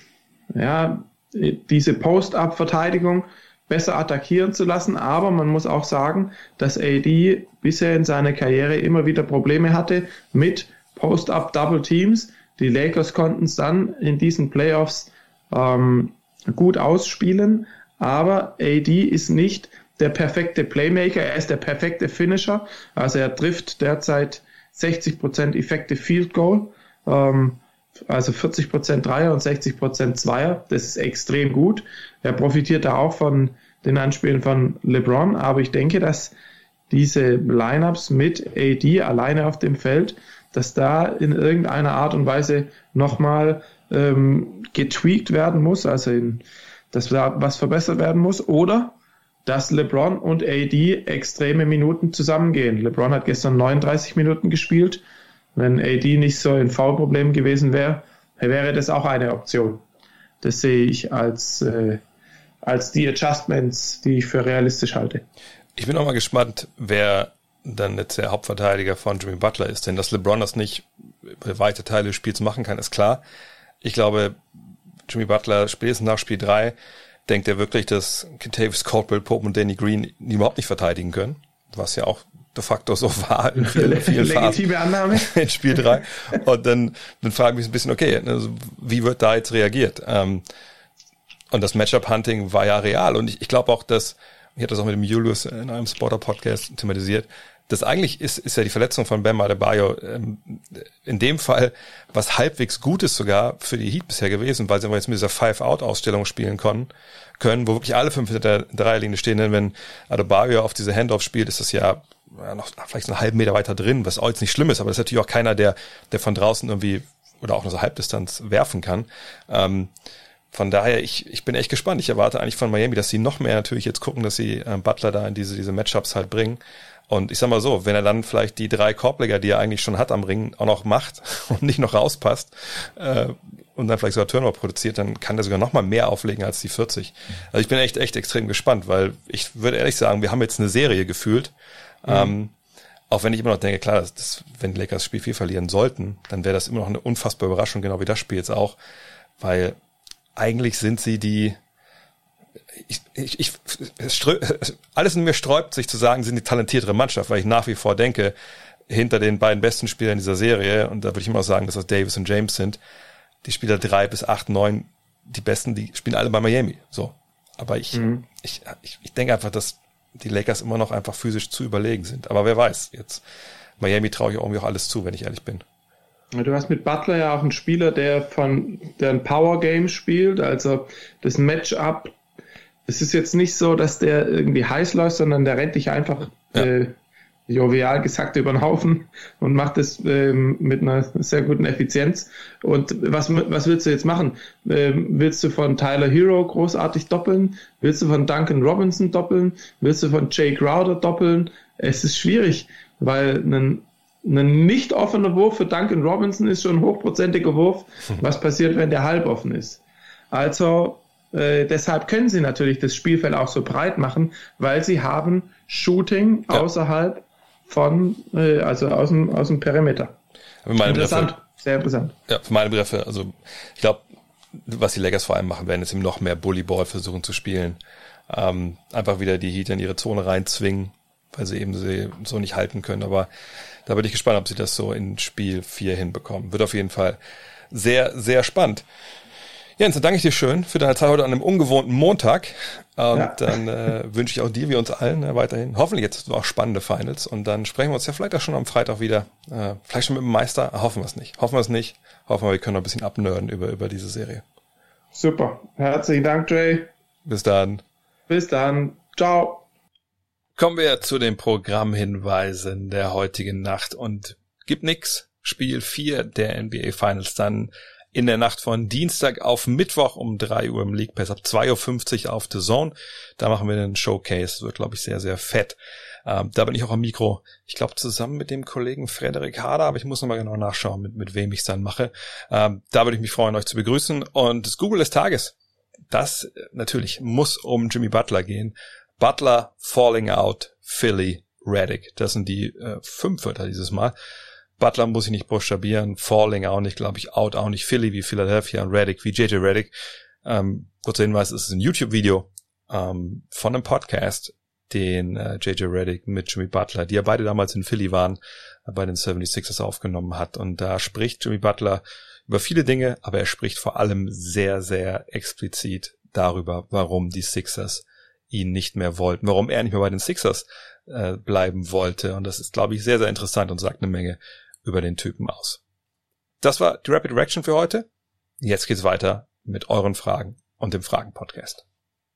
ja, diese Post-Up-Verteidigung besser attackieren zu lassen, aber man muss auch sagen, dass A D bisher in seiner Karriere immer wieder Probleme hatte mit Post-Up-Double-Teams. Die Lakers konnten es dann in diesen Playoffs ähm, gut ausspielen, aber A D ist nicht der perfekte Playmaker, er ist der perfekte Finisher, also er trifft derzeit sechzig Prozent Effective Field Goal, ähm, also vierzig Prozent Dreier und sechzig Prozent Zweier, das ist extrem gut. Er profitiert da auch von den Anspielen von LeBron, aber ich denke, dass diese Lineups mit A D alleine auf dem Feld, dass da in irgendeiner Art und Weise nochmal ähm, getweakt werden muss, also in, dass da was verbessert werden muss, oder dass LeBron und A D extreme Minuten zusammengehen. LeBron hat gestern neununddreißig Minuten gespielt. Wenn A D nicht so ein Foul-Problem gewesen wäre, wäre das auch eine Option. Das sehe ich als, äh, als die Adjustments, die ich für realistisch halte. Ich bin auch mal gespannt, wer dann jetzt der Hauptverteidiger von Jimmy Butler ist. Denn dass LeBron das nicht über weite Teile des Spiels machen kann, ist klar. Ich glaube, Jimmy Butler spätestens nach Spiel drei denkt er wirklich, dass Kentavious Caldwell Pope und Danny Green ihn überhaupt nicht verteidigen können. Was ja auch de facto so war in vielen, vielen Legitime Phasen Annahme. in Spiel drei. Und dann, dann frage ich mich ein bisschen, okay, also wie wird da jetzt reagiert? Ähm, und das Matchup-Hunting war ja real. Und ich, ich glaube auch, dass, ich hatte das auch mit dem Julius in einem Spotter-Podcast thematisiert, das eigentlich ist, ist ja die Verletzung von Bam Adebayo ähm, in dem Fall was halbwegs Gutes sogar für die Heat bisher gewesen, weil sie aber jetzt mit dieser Five-Out-Ausstellung spielen können, können, wo wirklich alle fünf hinter der Dreierlinie stehen. Denn wenn Adebayo auf diese Handoff spielt, ist das ja, ja noch vielleicht einen halben Meter weiter drin, was auch jetzt nicht schlimm ist, aber das ist natürlich auch keiner, der der von draußen irgendwie oder auch nur so Halbdistanz werfen kann. Ähm, Von daher, ich ich bin echt gespannt. Ich erwarte eigentlich von Miami, dass sie noch mehr natürlich jetzt gucken, dass sie ähm, Butler da in diese diese Matchups halt bringen. Und ich sag mal so, wenn er dann vielleicht die drei Korbleger, die er eigentlich schon hat am Ring, auch noch macht und nicht noch rauspasst äh, und dann vielleicht sogar Turnover produziert, dann kann er sogar noch mal mehr auflegen als die vierzig. Also ich bin echt echt extrem gespannt, weil ich würde ehrlich sagen, wir haben jetzt eine Serie gefühlt. Mhm. Ähm, auch wenn ich immer noch denke, klar, dass, dass, wenn die Lakers Spiel vier verlieren sollten, dann wäre das immer noch eine unfassbare Überraschung, genau wie das Spiel jetzt auch, weil eigentlich sind sie die, ich, ich, ich, es strö, alles in mir sträubt sich zu sagen, sie sind die talentiertere Mannschaft, weil ich nach wie vor denke, hinter den beiden besten Spielern dieser Serie, und da würde ich immer sagen, dass das Davis und James sind, die Spieler drei bis acht, neun, die besten, die spielen alle bei Miami, so. Aber ich, mhm. ich, ich, ich denke einfach, dass die Lakers immer noch einfach physisch zu überlegen sind. Aber wer weiß, jetzt, Miami traue ich irgendwie auch alles zu, wenn ich ehrlich bin. Du hast mit Butler ja auch einen Spieler, der von der ein Power Game spielt, also das Matchup. Es ist jetzt nicht so, dass der irgendwie heiß läuft, sondern der rennt dich einfach ja. äh, jovial gesagt über den Haufen und macht es ähm, mit einer sehr guten Effizienz. Und was was willst du jetzt machen? Ähm, willst du von Tyler Hero großartig doppeln? Willst du von Duncan Robinson doppeln? Willst du von Jay Crowder doppeln? Es ist schwierig, weil ein Ein nicht offener Wurf für Duncan Robinson ist schon ein hochprozentiger Wurf. Was passiert, wenn der halb offen ist? Also äh, deshalb können sie natürlich das Spielfeld auch so breit machen, weil sie haben Shooting ja. außerhalb von, äh, also aus dem, aus dem Perimeter. Interessant, Begriffe, sehr interessant. Ja, für meine Begriffe, also ich glaube, was die Lakers vor allem machen werden, ist eben noch mehr Bullyball versuchen zu spielen. Ähm, einfach wieder die Heat in ihre Zone reinzwingen, weil sie eben sie so nicht halten können, aber da bin ich gespannt, ob sie das so in Spiel vier hinbekommen. Wird auf jeden Fall sehr, sehr spannend. Jens, dann danke ich dir schön für deine Zeit heute an einem ungewohnten Montag. Und ja. dann äh, wünsche ich auch dir wie uns allen äh, weiterhin hoffentlich jetzt auch spannende Finals. Und dann sprechen wir uns ja vielleicht auch schon am Freitag wieder. Äh, vielleicht schon mit dem Meister. Hoffen wir es nicht. Hoffen wir es nicht. Hoffen wir, wir können noch ein bisschen abnörden über, über diese Serie. Super. Herzlichen Dank, Jay. Bis dann. Bis dann. Ciao. Kommen wir zu den Programmhinweisen der heutigen Nacht und gibt nix. Spiel vier der N B A Finals dann in der Nacht von Dienstag auf Mittwoch um drei Uhr im League Pass, ab zwei Uhr fünfzig auf The Zone. Da machen wir einen Showcase. Das wird, glaube ich, sehr, sehr fett. Ähm, da bin ich auch am Mikro. Ich glaube, zusammen mit dem Kollegen Frederik Harder, aber ich muss nochmal genau nachschauen, mit, mit wem ich es dann mache. Ähm, da würde ich mich freuen, euch zu begrüßen. Und das Google des Tages, das natürlich muss um Jimmy Butler gehen. Butler, Falling Out, Philly, Redick. Das sind die äh, fünf Wörter dieses Mal. Butler muss ich nicht buchstabieren, Falling auch nicht, glaube ich, Out auch nicht, Philly wie Philadelphia und Redick wie J J Redick. Ähm, kurzer Hinweis, es ist ein YouTube-Video ähm, von einem Podcast, den äh, J J Redick mit Jimmy Butler, die ja beide damals in Philly waren, äh, bei den seventy-sixers aufgenommen hat. Und da spricht Jimmy Butler über viele Dinge, aber er spricht vor allem sehr, sehr explizit darüber, warum die Sixers ihn nicht mehr wollten, warum er nicht mehr bei den Sixers äh, bleiben wollte. Und das ist, glaube ich, sehr, sehr interessant und sagt eine Menge über den Typen aus. Das war die Rapid Reaction für heute. Jetzt geht's weiter mit euren Fragen und dem Fragen-Podcast.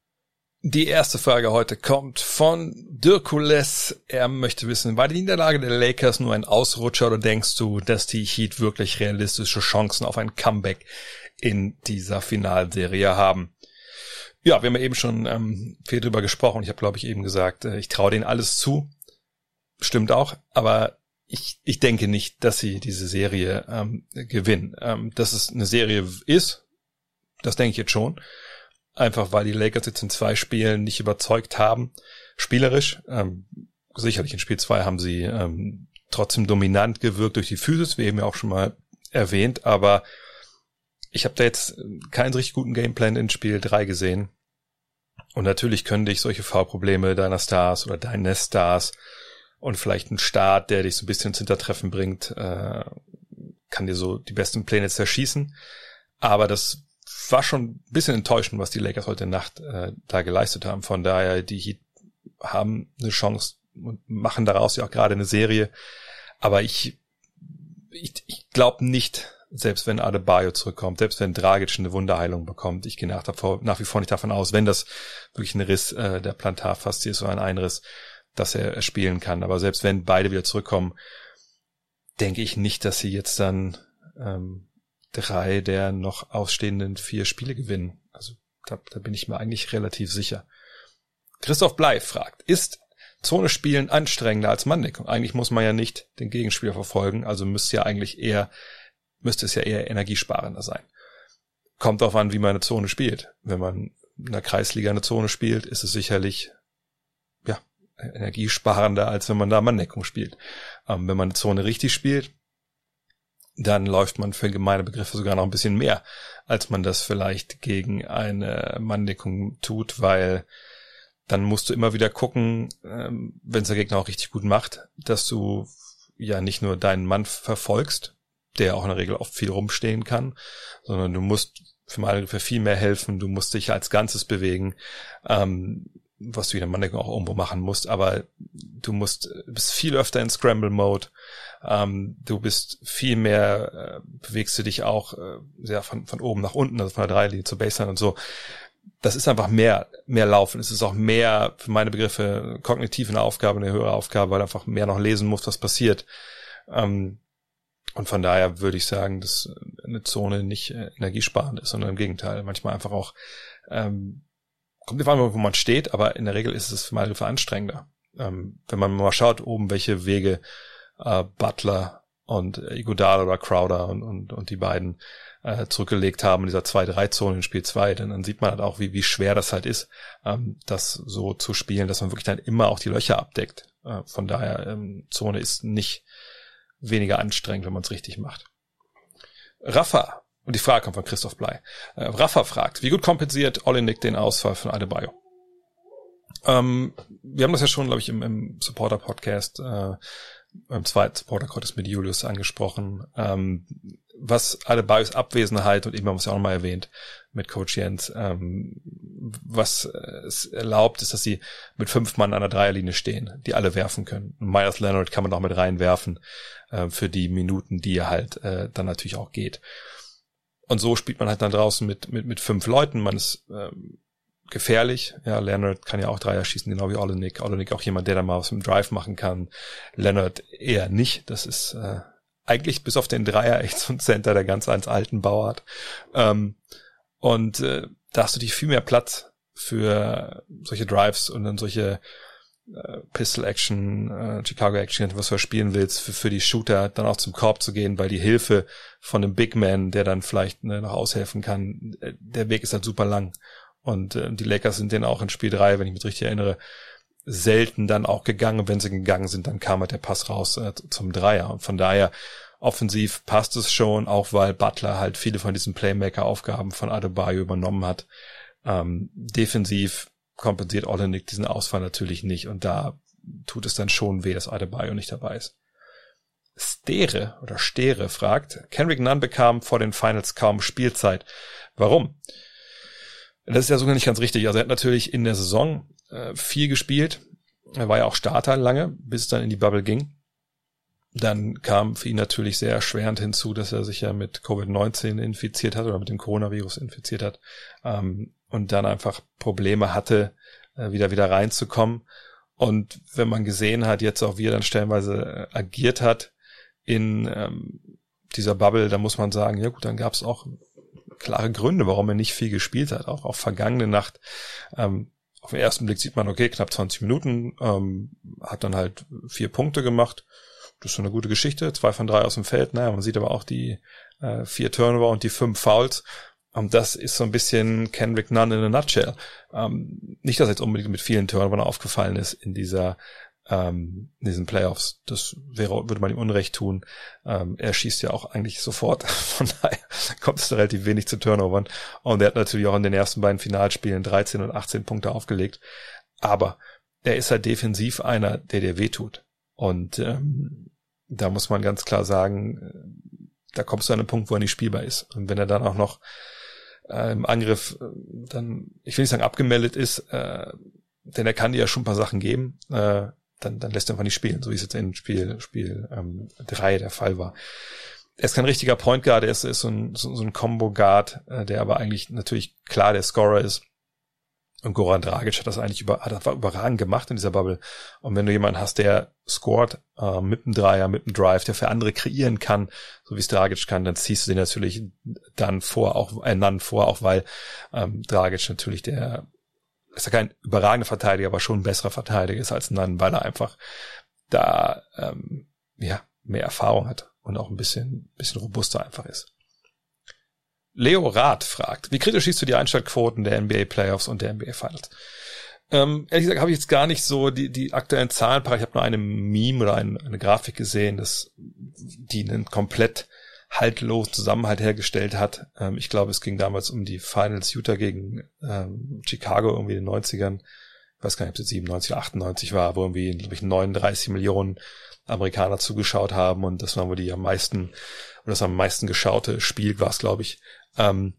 Die erste Frage heute kommt von Dirkules. Er möchte wissen, war die Niederlage der Lakers nur ein Ausrutscher oder denkst du, dass die Heat wirklich realistische Chancen auf ein Comeback in dieser Finalserie haben? Ja, wir haben ja eben schon ähm, viel drüber gesprochen. Ich habe, glaube ich, eben gesagt, äh, ich traue denen alles zu. Stimmt auch, aber ich ich denke nicht, dass sie diese Serie ähm, gewinnen. Ähm, dass es eine Serie ist, das denke ich jetzt schon. Einfach weil die Lakers jetzt in zwei Spielen nicht überzeugt haben. Spielerisch, ähm, sicherlich in Spiel zwei haben sie ähm, trotzdem dominant gewirkt durch die Physis, wie eben ja auch schon mal erwähnt, aber ich habe da jetzt keinen richtig guten Gameplan in Spiel drei gesehen. Und natürlich könnte ich solche Foulprobleme deiner Stars oder deines Stars und vielleicht einen Start, der dich so ein bisschen ins Hintertreffen bringt, äh, kann dir so die besten Pläne zerschießen. Aber das war schon ein bisschen enttäuschend, was die Lakers heute Nacht äh, da geleistet haben. Von daher, die Heat haben eine Chance und machen daraus ja auch gerade eine Serie. Aber ich ich, ich glaube nicht, selbst wenn Adebayo zurückkommt, selbst wenn Dragic eine Wunderheilung bekommt, ich gehe nach, davor, nach wie vor nicht davon aus, wenn das wirklich ein Riss äh, der Plantarfaszie ist oder ein Einriss, dass er spielen kann. Aber selbst wenn beide wieder zurückkommen, denke ich nicht, dass sie jetzt dann ähm, drei der noch ausstehenden vier Spiele gewinnen. Also da, da bin ich mir eigentlich relativ sicher. Christoph Blei fragt, ist Zone spielen anstrengender als Manndeckung? Eigentlich muss man ja nicht den Gegenspieler verfolgen, also müsste ja eigentlich eher, müsste es ja eher energiesparender sein. Kommt darauf an, wie man eine Zone spielt. Wenn man in der Kreisliga eine Zone spielt, ist es sicherlich ja energiesparender, als wenn man da Manndeckung spielt. Ähm, wenn man eine Zone richtig spielt, dann läuft man für gemeine Begriffe sogar noch ein bisschen mehr, als man das vielleicht gegen eine Manndeckung tut, weil dann musst du immer wieder gucken, ähm, wenn es der Gegner auch richtig gut macht, dass du ja nicht nur deinen Mann verfolgst, der auch in der Regel oft viel rumstehen kann, sondern du musst für meine Begriffe viel mehr helfen, du musst dich als Ganzes bewegen, ähm, was du in der Manndeckung auch irgendwo machen musst, aber du musst bist viel öfter in Scramble-Mode, ähm, du bist viel mehr, äh, bewegst du dich auch äh, sehr von, von oben nach unten, also von der Dreilinie zur Baseline und so. Das ist einfach mehr, mehr Laufen. Es ist auch mehr, für meine Begriffe, kognitiv eine Aufgabe, eine höhere Aufgabe, weil du einfach mehr noch lesen musst, was passiert. Ähm, und von daher würde ich sagen, dass eine Zone nicht äh, energiesparend ist, sondern im Gegenteil, manchmal einfach auch, ähm, kommt nicht an, wo man steht, aber in der Regel ist es für meine Begriffe anstrengender. Ähm, wenn man mal schaut, oben, welche Wege äh, Butler und Iguodala oder Crowder und, und, und die beiden äh, zurückgelegt haben in dieser zwei drei Zone in Spiel zwei, dann, dann sieht man halt auch, wie, wie schwer das halt ist, ähm, das so zu spielen, dass man wirklich dann immer auch die Löcher abdeckt. Äh, von daher, ähm, Zone ist nicht weniger anstrengend, wenn man es richtig macht. Rafa, und die Frage kommt von Christoph Blei. Äh, Rafa fragt, wie gut kompensiert Olynyk den Ausfall von Adebayo? Ähm, wir haben das ja schon, glaube ich, im, im Supporter-Podcast, äh, beim zweiten Supporter-Contest mit Julius angesprochen, ähm, was Adebayos Abwesenheit, und eben haben wir es ja auch nochmal erwähnt mit Coach Jens, ähm, was es erlaubt, ist, dass sie mit fünf Mann an der Dreierlinie stehen, die alle werfen können. Und Myers Leonard kann man auch mit reinwerfen äh, für die Minuten, die er halt äh, dann natürlich auch geht. Und so spielt man halt dann draußen mit mit mit fünf Leuten, man ist ähm, gefährlich. Ja, Leonard kann ja auch Dreier schießen, genau wie Olynyk. Olynyk auch jemand, der da mal was im Drive machen kann. Leonard eher nicht. Das ist äh, eigentlich bis auf den Dreier echt so ein Center, der ganz als alten Bau hat. Ähm, und äh, da hast du dich viel mehr Platz für solche Drives und dann solche äh, Pistol-Action, äh, Chicago-Action, was du spielen willst, für, für die Shooter dann auch zum Korb zu gehen, weil die Hilfe von einem Big Man, der dann vielleicht ne, noch aushelfen kann, der Weg ist halt super lang. Und äh, die Lakers sind denen auch in Spiel drei, wenn ich mich richtig erinnere, selten dann auch gegangen. Und wenn sie gegangen sind, dann kam halt der Pass raus äh, zum Dreier. Und von daher, offensiv passt es schon, auch weil Butler halt viele von diesen Playmaker-Aufgaben von Adebayo übernommen hat. Ähm, defensiv kompensiert Olynyk diesen Ausfall natürlich nicht. Und da tut es dann schon weh, dass Adebayo nicht dabei ist. Stere oder Stere fragt, Kendrick Nunn bekam vor den Finals kaum Spielzeit. Warum? Das ist ja sogar nicht ganz richtig. Also er hat natürlich in der Saison äh, viel gespielt. Er war ja auch Starter lange, bis es dann in die Bubble ging. Dann kam für ihn natürlich sehr erschwerend hinzu, dass er sich ja mit Covid neunzehn infiziert hat oder mit dem Coronavirus infiziert hat. Ähm, und dann einfach Probleme hatte, äh, wieder wieder reinzukommen. Und wenn man gesehen hat, jetzt auch wie er dann stellenweise äh, agiert hat in ähm, dieser Bubble, da muss man sagen, ja gut, dann gab es auch klare Gründe, warum er nicht viel gespielt hat. Auch auf vergangene Nacht. Ähm, auf den ersten Blick sieht man, okay, knapp zwanzig Minuten, ähm, hat dann halt vier Punkte gemacht. Das ist so eine gute Geschichte. Zwei von drei aus dem Feld. Naja, man sieht aber auch die äh, vier Turnover und die fünf Fouls. Und das ist so ein bisschen Kendrick Nunn in a nutshell. Ähm, nicht, dass er jetzt unbedingt mit vielen Turnovern aufgefallen ist in dieser ähm, in diesen Playoffs. Das wäre, würde man ihm Unrecht tun. Ähm, er schießt ja auch eigentlich sofort. Von daher kommt es da relativ wenig zu Turnovern. Und er hat natürlich auch in den ersten beiden Finalspielen dreizehn und achtzehn Punkte aufgelegt. Aber er ist halt defensiv einer, der dir wehtut. Und ähm, da muss man ganz klar sagen, da kommst du an einen Punkt, wo er nicht spielbar ist. Und wenn er dann auch noch äh, im Angriff äh, dann, ich will nicht sagen abgemeldet ist, äh, denn er kann dir ja schon ein paar Sachen geben, äh, dann, dann lässt er einfach nicht spielen, so wie es jetzt in Spiel Spiel ähm, drei der Fall war. Er ist kein richtiger Point Guard, er ist, ist so ein, so, so ein Combo Guard, äh, der aber eigentlich natürlich klar der Scorer ist. Und Goran Dragic hat das eigentlich über, hat das überragend gemacht in dieser Bubble. Und wenn du jemanden hast, der scored, äh, mit dem Dreier, mit dem Drive, der für andere kreieren kann, so wie es Dragic kann, dann ziehst du den natürlich dann vor, auch, äh, dann vor, auch weil, ähm, Dragic natürlich der, ist ja kein überragender Verteidiger, aber schon ein besserer Verteidiger ist als Nunn, weil er einfach da, ähm, ja, mehr Erfahrung hat und auch ein bisschen, bisschen robuster einfach ist. Leo Rath fragt, wie kritisch siehst du die Einschaltquoten der N B A Playoffs und der N B A Finals? Ähm, ehrlich gesagt habe ich jetzt gar nicht so die, die aktuellen Zahlen parat. Ich habe nur eine Meme oder eine, eine Grafik gesehen, dass die einen komplett haltlosen Zusammenhalt hergestellt hat. Ähm, ich glaube, es ging damals um die Finals Utah gegen ähm, Chicago irgendwie in den neunzigern. Ich weiß gar nicht, ob es siebenundneunzig oder achtundneunzig war, wo irgendwie, glaube ich, neununddreißig Millionen Amerikaner zugeschaut haben und das waren wohl die am meisten, oder das am meisten geschaute Spiel war es, glaube ich. Ähm,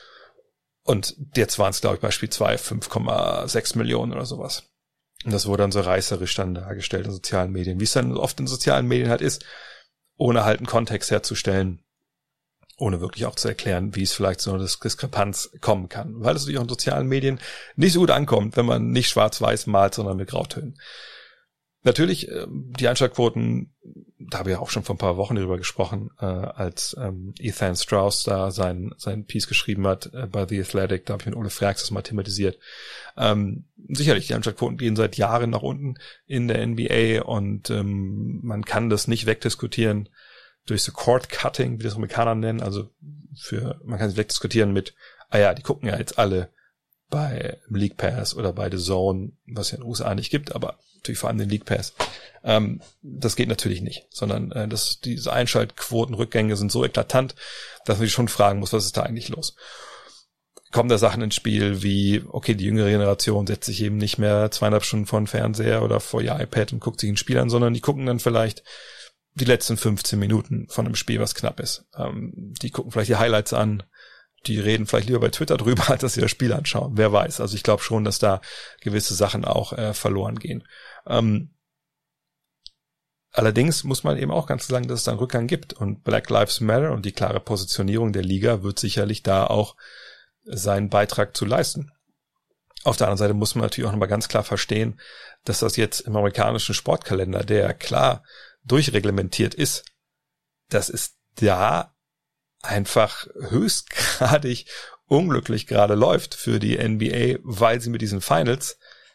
und jetzt waren es, glaube ich, bei Spiel zwei fünf Komma sechs Millionen oder sowas. Und das wurde dann so reißerisch dann dargestellt in sozialen Medien, wie es dann oft in sozialen Medien halt ist, ohne halt einen Kontext herzustellen, ohne wirklich auch zu erklären, wie es vielleicht so eine Diskrepanz kommen kann. Weil es natürlich auch in sozialen Medien nicht so gut ankommt, wenn man nicht schwarz-weiß malt, sondern mit Grautönen. Natürlich, die Einschaltquoten, da habe ich ja auch schon vor ein paar Wochen darüber gesprochen, äh, als ähm, Ethan Strauss da sein sein Piece geschrieben hat äh, bei The Athletic, da habe ich mit Ole Frags das mal thematisiert. Ähm, sicherlich, die Einschaltquoten gehen seit Jahren nach unten in der N B A und ähm, man kann das nicht wegdiskutieren durch so Cord-Cutting, wie das Amerikaner nennen, also für man kann es wegdiskutieren mit, ah ja, die gucken ja jetzt alle bei League Pass oder bei The Zone, was ja in den U S A nicht gibt, aber natürlich vor allem den League Pass. Ähm, das geht natürlich nicht, sondern äh, das, diese Einschaltquotenrückgänge sind so eklatant, dass man sich schon fragen muss, was ist da eigentlich los? Kommen da Sachen ins Spiel wie, okay, die jüngere Generation setzt sich eben nicht mehr zweieinhalb Stunden vor den Fernseher oder vor ihr iPad und guckt sich ein Spiel an, sondern die gucken dann vielleicht die letzten fünfzehn Minuten von einem Spiel, was knapp ist. Ähm, die gucken vielleicht die Highlights an, die reden vielleicht lieber bei Twitter drüber, als dass sie das Spiel anschauen. Wer weiß. Also ich glaube schon, dass da gewisse Sachen auch äh, verloren gehen. Ähm, allerdings muss man eben auch ganz sagen, dass es da einen Rückgang gibt. Und Black Lives Matter und die klare Positionierung der Liga wird sicherlich da auch seinen Beitrag zu leisten. Auf der anderen Seite muss man natürlich auch nochmal ganz klar verstehen, dass das jetzt im amerikanischen Sportkalender, der klar durchreglementiert ist, das ist da einfach höchstgradig unglücklich gerade läuft für die N B A, weil sie mit diesen Finals,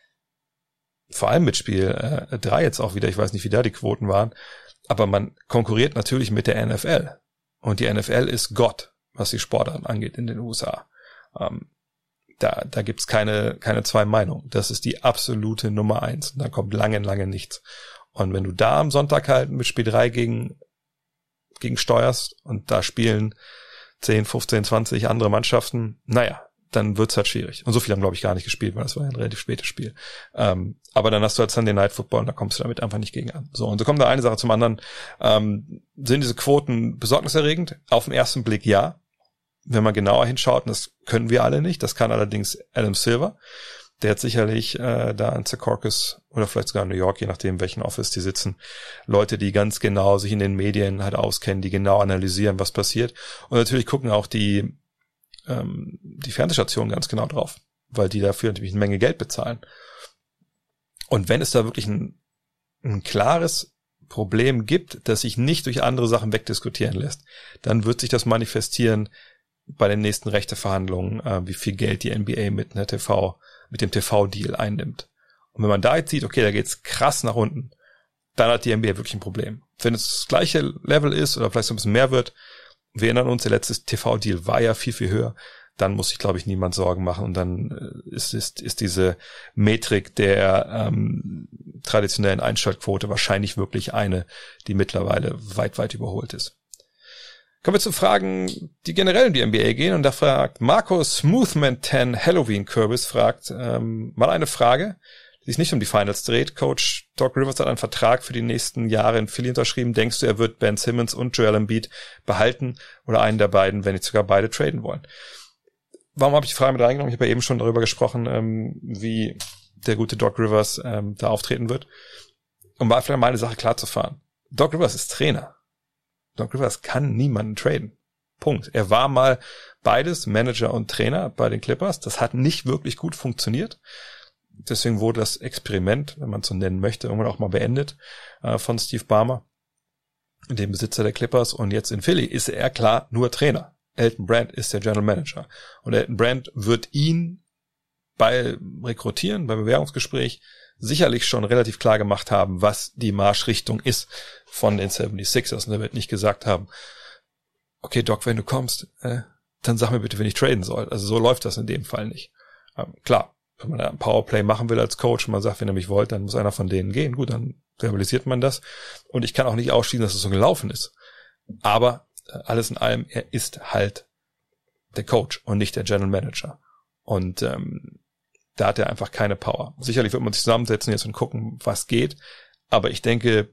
vor allem mit Spiel äh, drei jetzt auch wieder, ich weiß nicht, wie da die Quoten waren, aber man konkurriert natürlich mit der N F L. Und die N F L ist Gott, was die Sportarten angeht in den U S A. Ähm, da da gibt's keine keine zwei Meinungen. Das ist die absolute Nummer eins. Und dann kommt lange, lange nichts. Und wenn du da am Sonntag halt mit Spiel drei gegen gegen steuerst und da spielen zehn, fünfzehn, zwanzig andere Mannschaften, naja, dann wird's halt schwierig. Und so viel haben, glaube ich, gar nicht gespielt, weil das war ja ein relativ spätes Spiel. Ähm, aber dann hast du halt Sunday Night Football und da kommst du damit einfach nicht gegen an. So, und so kommt da eine Sache zum anderen. Ähm, sind diese Quoten besorgniserregend? Auf den ersten Blick ja. Wenn man genauer hinschaut, und das können wir alle nicht, das kann allerdings Adam Silver. Der hat sicherlich äh, da in Secaucus oder vielleicht sogar in New York, je nachdem, welchen Office die sitzen, Leute, die ganz genau sich in den Medien halt auskennen, die genau analysieren, was passiert. Und natürlich gucken auch die ähm, die Fernsehstationen ganz genau drauf, weil die dafür natürlich eine Menge Geld bezahlen. Und wenn es da wirklich ein, ein klares Problem gibt, das sich nicht durch andere Sachen wegdiskutieren lässt, dann wird sich das manifestieren bei den nächsten Rechteverhandlungen, äh, wie viel Geld die N B A mit einer T V mit dem T V-Deal einnimmt. Und wenn man da jetzt sieht, okay, da geht's krass nach unten, dann hat die N B A wirklich ein Problem. Wenn es das gleiche Level ist oder vielleicht so ein bisschen mehr wird, wir erinnern uns, der letzte T V-Deal war ja viel, viel höher, dann muss sich, glaube ich, niemand Sorgen machen und dann ist, ist, ist diese Metrik der ähm, traditionellen Einschaltquote wahrscheinlich wirklich eine, die mittlerweile weit, weit überholt ist. Kommen wir zu Fragen, die generell in die N B A gehen. Und da fragt Marco Smoothman zehn Halloween Kürbis fragt ähm, mal eine Frage, die sich nicht um die Finals dreht. Coach Doc Rivers hat einen Vertrag für die nächsten Jahre in Philly unterschrieben. Denkst du, er wird Ben Simmons und Joel Embiid behalten oder einen der beiden, wenn nicht sogar beide traden wollen? Warum habe ich die Frage mit reingenommen? Ich habe ja eben schon darüber gesprochen, ähm, wie der gute Doc Rivers ähm, da auftreten wird. Um mal vielleicht mal eine Sache klar zu fahren. Doc Rivers ist Trainer. Doc Rivers kann niemanden traden. Punkt. Er war mal beides, Manager und Trainer bei den Clippers. Das hat nicht wirklich gut funktioniert. Deswegen wurde das Experiment, wenn man es so nennen möchte, irgendwann auch mal beendet äh, von Steve Ballmer, dem Besitzer der Clippers. Und jetzt in Philly ist er klar nur Trainer. Elton Brand ist der General Manager. Und Elton Brand wird ihn bei Rekrutieren, beim Bewerbungsgespräch sicherlich schon relativ klar gemacht haben, was die Marschrichtung ist von den seventy-sixers. Und er wird nicht gesagt haben, okay, Doc, wenn du kommst, äh, dann sag mir bitte, wenn ich traden soll. Also so läuft das in dem Fall nicht. Ähm, klar, wenn man da ein Powerplay machen will als Coach und man sagt, wenn ihr mich wollt, dann muss einer von denen gehen. Gut, dann verbalisiert man das. Und ich kann auch nicht ausschließen, dass es so gelaufen ist. Aber äh, alles in allem, er ist halt der Coach und nicht der General Manager. Und ähm, da hat er einfach keine Power. Sicherlich wird man sich zusammensetzen jetzt und gucken, was geht. Aber ich denke,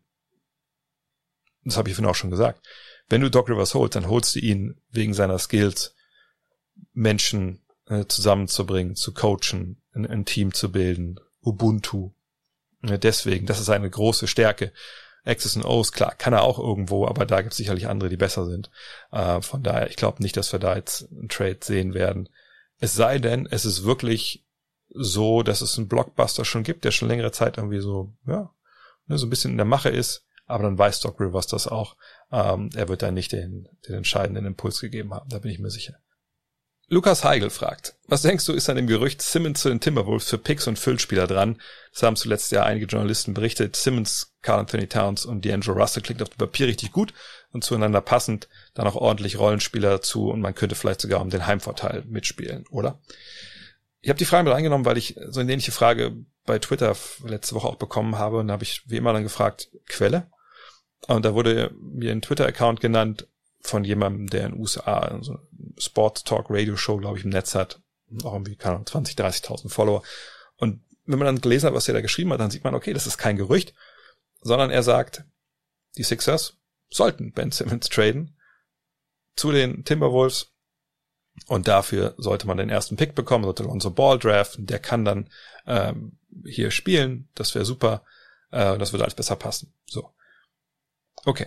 das habe ich vorhin auch schon gesagt, wenn du Doc Rivers holst, dann holst du ihn wegen seiner Skills, Menschen äh, zusammenzubringen, zu coachen, ein, ein Team zu bilden, Ubuntu. Äh, deswegen, das ist eine große Stärke. X's und O's, klar, kann er auch irgendwo, aber da gibt es sicherlich andere, die besser sind. Äh, von daher, ich glaube nicht, dass wir da jetzt einen Trade sehen werden. Es sei denn, es ist wirklich so, dass es einen Blockbuster schon gibt, der schon längere Zeit irgendwie so, ja, so ein bisschen in der Mache ist, aber dann weiß Doc Rivers das auch. Ähm, er wird da nicht den, den entscheidenden Impuls gegeben haben, da bin ich mir sicher. Lukas Heigl fragt, was denkst du, ist an dem Gerücht Simmons zu den Timberwolves für Picks und Füllspieler dran? Das haben zuletzt ja einige Journalisten berichtet. Simmons, Karl Anthony Towns und D'Angelo Russell klingt auf dem Papier richtig gut und zueinander passend, dann auch ordentlich Rollenspieler dazu und man könnte vielleicht sogar um den Heimvorteil mitspielen, oder? Ich habe die Frage mit reingenommen, weil ich so eine ähnliche Frage bei Twitter letzte Woche auch bekommen habe und da habe ich wie immer dann gefragt, Quelle? Und da wurde mir ein Twitter-Account genannt von jemandem, der in den U S A so eine Sport-Talk-Radio-Show, glaube ich, im Netz hat, auch irgendwie, keine Ahnung, zwanzig, dreißigtausend Follower. Und wenn man dann gelesen hat, was er da geschrieben hat, dann sieht man, okay, das ist kein Gerücht, sondern er sagt, die Sixers sollten Ben Simmons traden zu den Timberwolves und dafür sollte man den ersten Pick bekommen, sollte Lonzo Ball draften, der kann dann ähm, hier spielen, das wäre super, äh, das würde alles besser passen. So. Okay.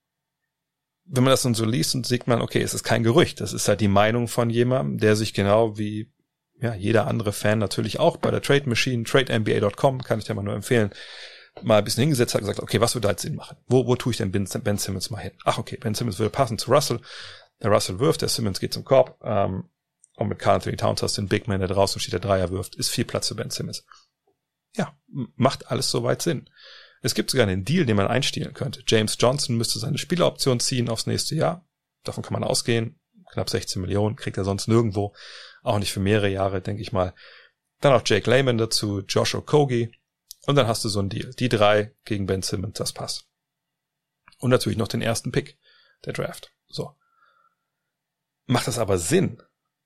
Wenn man das dann so liest und sieht man, okay, es ist kein Gerücht, das ist halt die Meinung von jemandem, der sich genau wie ja jeder andere Fan natürlich auch bei der Trade Machine, trade N B A dot com, kann ich dir mal nur empfehlen, mal ein bisschen hingesetzt hat und gesagt, okay, was würde da jetzt Sinn machen? Wo, wo tue ich denn Ben, Ben Simmons mal hin? Ach, okay, Ben Simmons würde passen zu Russell. Der Russell wirft, der Simmons geht zum Korb. Ähm, und mit Karl Anthony Towns hast du den Big Man, der draußen steht, der Dreier wirft. Ist viel Platz für Ben Simmons. Ja, macht alles soweit Sinn. Es gibt sogar einen Deal, den man einstehlen könnte. James Johnson müsste seine Spieleroption ziehen aufs nächste Jahr. Davon kann man ausgehen. Knapp sechzehn Millionen kriegt er sonst nirgendwo. Auch nicht für mehrere Jahre, denke ich mal. Dann auch Jake Layman dazu, Josh Okogie. Und dann hast du so einen Deal. Die drei gegen Ben Simmons, das passt. Und natürlich noch den ersten Pick der Draft. So. Macht das aber Sinn?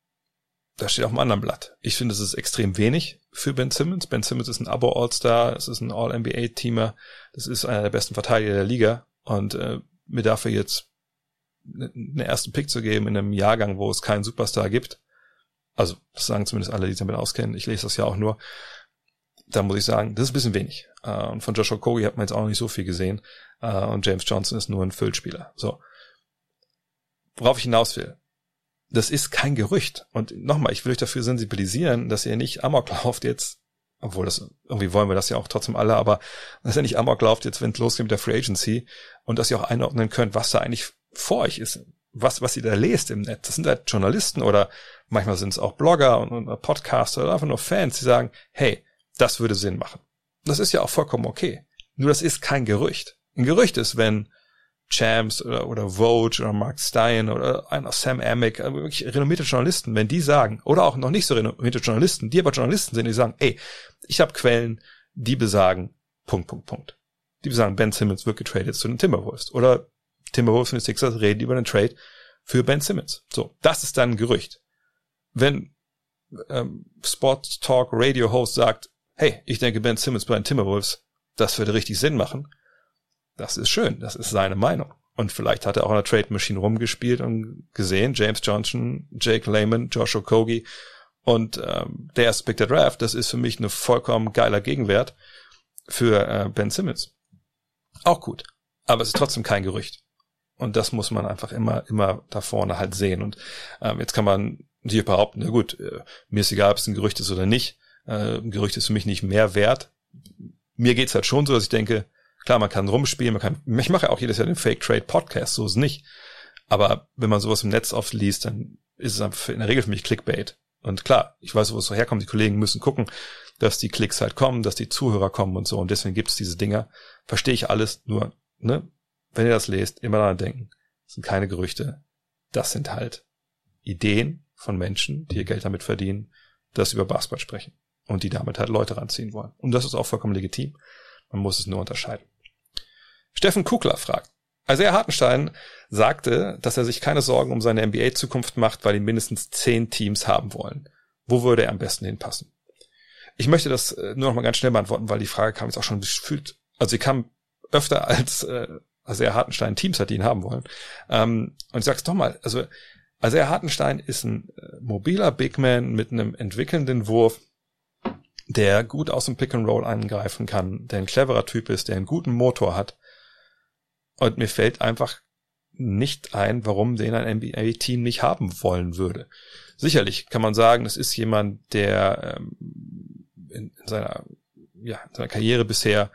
Das steht auf dem anderen Blatt. Ich finde, es ist extrem wenig für Ben Simmons. Ben Simmons ist ein Abo-All-Star, es ist ein All-N B A-Teamer, das ist einer der besten Verteidiger der Liga. Und äh, mir dafür jetzt einen ersten Pick zu geben in einem Jahrgang, wo es keinen Superstar gibt, also das sagen zumindest alle, die sich damit auskennen, ich lese das ja auch nur, da muss ich sagen, das ist ein bisschen wenig. Uh, und von Joshua Okogie hat man jetzt auch noch nicht so viel gesehen. Uh, und James Johnson ist nur ein Füllspieler. So. Worauf ich hinaus will. Das ist kein Gerücht. Und nochmal, ich will euch dafür sensibilisieren, dass ihr nicht Amok lauft jetzt, obwohl das, irgendwie wollen wir das ja auch trotzdem alle, aber dass ihr nicht Amok lauft jetzt, wenn es losgeht mit der Free Agency und dass ihr auch einordnen könnt, was da eigentlich vor euch ist. Was, was ihr da lest im Netz. Das sind halt Journalisten oder manchmal sind es auch Blogger und, und Podcaster oder einfach nur Fans, die sagen, hey, das würde Sinn machen. Das ist ja auch vollkommen okay. Nur das ist kein Gerücht. Ein Gerücht ist, wenn Champs oder, oder Vogue oder Mark Stein oder einer Sam Amick, also wirklich renommierte Journalisten, wenn die sagen, oder auch noch nicht so renommierte Journalisten, die aber Journalisten sind, die sagen, ey, ich habe Quellen, die besagen, Punkt, Punkt, Punkt. Die besagen, Ben Simmons wird getradet zu den Timberwolves. Oder Timberwolves und die Sixers reden über einen Trade für Ben Simmons. So, das ist dann ein Gerücht. Wenn ähm, Sport Talk Radio Host sagt, hey, ich denke Ben Simmons bei den Timberwolves, das würde richtig Sinn machen, das ist schön, das ist seine Meinung. Und vielleicht hat er auch in der Trade Machine rumgespielt und gesehen, James Johnson, Jake Layman, Josh Okogie und ähm, der erste Pick der Draft, das ist für mich ein vollkommen geiler Gegenwert für äh, Ben Simmons. Auch gut, aber es ist trotzdem kein Gerücht. Und das muss man einfach immer immer da vorne halt sehen. Und ähm, jetzt kann man hier behaupten, na gut, äh, mir ist egal, ob es ein Gerücht ist oder nicht. Äh, ein Gerücht ist für mich nicht mehr wert. Mir geht's halt schon so, dass ich denke, klar, man kann rumspielen, man kann, ich mache ja auch jedes Jahr den Fake Trade Podcast, so ist es nicht. Aber wenn man sowas im Netz oft liest, dann ist es einfach in der Regel für mich Clickbait. Und klar, ich weiß, wo es so herkommt, die Kollegen müssen gucken, dass die Klicks halt kommen, dass die Zuhörer kommen und so. Und deswegen gibt's diese Dinger. Verstehe ich alles, nur, ne, wenn ihr das lest, immer daran denken, das sind keine Gerüchte, das sind halt Ideen von Menschen, die ihr Geld damit verdienen, dass sie über Basketball sprechen und die damit halt Leute ranziehen wollen. Und das ist auch vollkommen legitim. Man muss es nur unterscheiden. Steffen Kukler fragt, Isaiah Hartenstein sagte, dass er sich keine Sorgen um seine N B A-Zukunft macht, weil ihn mindestens zehn Teams haben wollen. Wo würde er am besten hinpassen? Ich möchte das nur noch mal ganz schnell beantworten, weil die Frage kam jetzt auch schon gefühlt, also sie kam öfter als äh, Isaiah Hartenstein Teams hat, die ihn haben wollen. Ähm, und ich sag's doch mal, also Isaiah Hartenstein ist ein äh, mobiler Big Man mit einem entwickelnden Wurf, der gut aus dem Pick and Roll angreifen kann, der ein cleverer Typ ist, der einen guten Motor hat. Und mir fällt einfach nicht ein, warum den ein N B A-Team nicht haben wollen würde. Sicherlich kann man sagen, es ist jemand, der ähm, in, in seiner ja in seiner Karriere bisher,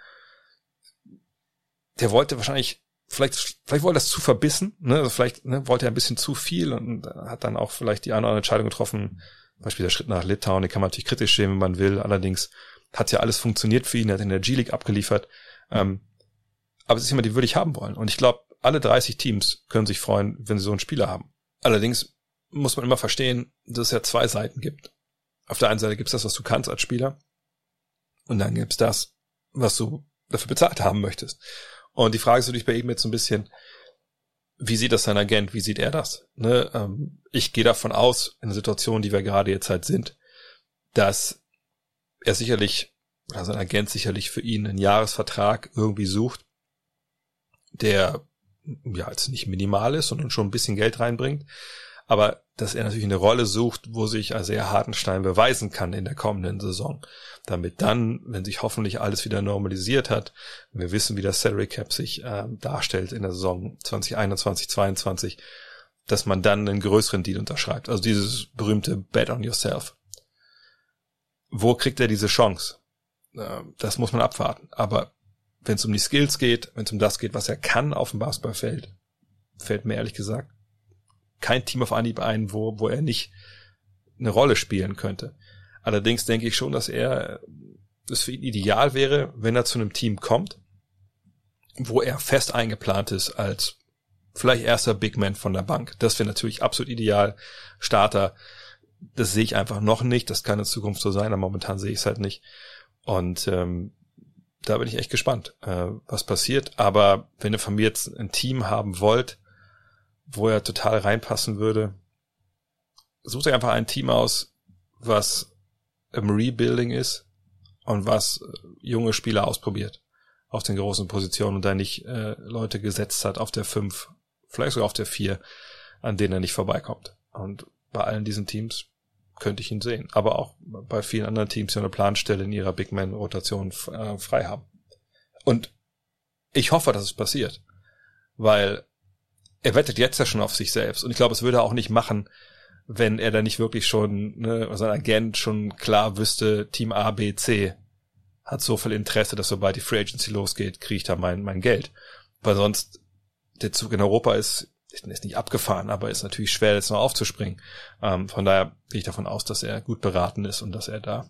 der wollte wahrscheinlich, vielleicht vielleicht wollte er das zu verbissen, ne? Also vielleicht ne, wollte er ein bisschen zu viel und hat dann auch vielleicht die eine oder andere Entscheidung getroffen. Beispiel der Schritt nach Litauen, den kann man natürlich kritisch sehen, wenn man will. Allerdings hat ja alles funktioniert für ihn, er hat in der G-League abgeliefert. Ähm, aber es ist jemand, den würde ich haben wollen. Und ich glaube, alle dreißig Teams können sich freuen, wenn sie so einen Spieler haben. Allerdings muss man immer verstehen, dass es ja zwei Seiten gibt. Auf der einen Seite gibt es das, was du kannst als Spieler. Und dann gibt es das, was du dafür bezahlt haben möchtest. Und die Frage ist natürlich bei ihm jetzt so ein bisschen, wie sieht das sein Agent? Wie sieht er das? Ne? Ähm, ich gehe davon aus, in der Situation, die wir gerade jetzt halt sind, dass er sicherlich, oder sein Agent sicherlich für ihn einen Jahresvertrag irgendwie sucht, der ja jetzt nicht minimal ist, sondern schon ein bisschen Geld reinbringt. Aber dass er natürlich eine Rolle sucht, wo sich Isaiah Hartenstein beweisen kann in der kommenden Saison. Damit dann, wenn sich hoffentlich alles wieder normalisiert hat, wir wissen, wie das Salary Cap sich äh, darstellt in der Saison zwanzig einundzwanzig zweiundzwanzig, dass man dann einen größeren Deal unterschreibt. Also dieses berühmte Bet on Yourself. Wo kriegt er diese Chance? Äh, das muss man abwarten. Aber wenn es um die Skills geht, wenn es um das geht, was er kann auf dem Basketballfeld, fällt mir ehrlich gesagt kein Team auf Anhieb ein, wo, wo er nicht eine Rolle spielen könnte. Allerdings denke ich schon, dass er, das für ihn ideal wäre, wenn er zu einem Team kommt, wo er fest eingeplant ist als vielleicht erster Big Man von der Bank. Das wäre natürlich absolut ideal. Starter, das sehe ich einfach noch nicht. Das kann in Zukunft so sein, aber momentan sehe ich es halt nicht. Und ähm, da bin ich echt gespannt, äh, was passiert. Aber wenn ihr von mir jetzt ein Team haben wollt, wo er total reinpassen würde, sucht euch einfach ein Team aus, was im Rebuilding ist und was junge Spieler ausprobiert auf den großen Positionen und da nicht äh, Leute gesetzt hat auf der fünf, vielleicht sogar auf der vier, an denen er nicht vorbeikommt. Und bei allen diesen Teams könnte ich ihn sehen. Aber auch bei vielen anderen Teams, die eine Planstelle in ihrer Big Man-Rotation äh, frei haben. Und ich hoffe, dass es passiert. Weil er wettet jetzt ja schon auf sich selbst. Und ich glaube, es würde er auch nicht machen, wenn er da nicht wirklich schon, ne, sein Agent schon klar wüsste, Team A, B, C hat so viel Interesse, dass sobald die Free Agency losgeht, kriege ich da mein, mein Geld. Weil sonst der Zug in Europa ist, ist nicht abgefahren, aber ist natürlich schwer, jetzt noch aufzuspringen. Ähm, von daher gehe ich davon aus, dass er gut beraten ist und dass er da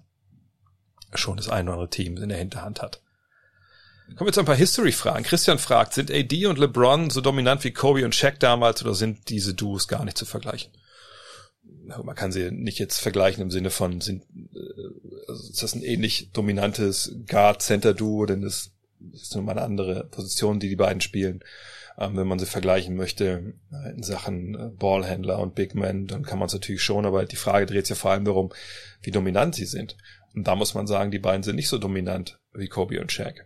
schon das ein oder andere Team in der Hinterhand hat. Kommen wir zu ein paar History-Fragen. Christian fragt, sind A D und LeBron so dominant wie Kobe und Shaq damals oder sind diese Duos gar nicht zu vergleichen? Man kann sie nicht jetzt vergleichen im Sinne von, sind, also ist das ein ähnlich dominantes Guard-Center-Duo, denn das ist nun mal eine andere Position, die die beiden spielen. Ähm, wenn man sie vergleichen möchte in Sachen Ballhändler und Big Man, dann kann man es natürlich schon, aber die Frage dreht sich ja vor allem darum, wie dominant sie sind. Und da muss man sagen, die beiden sind nicht so dominant wie Kobe und Shaq.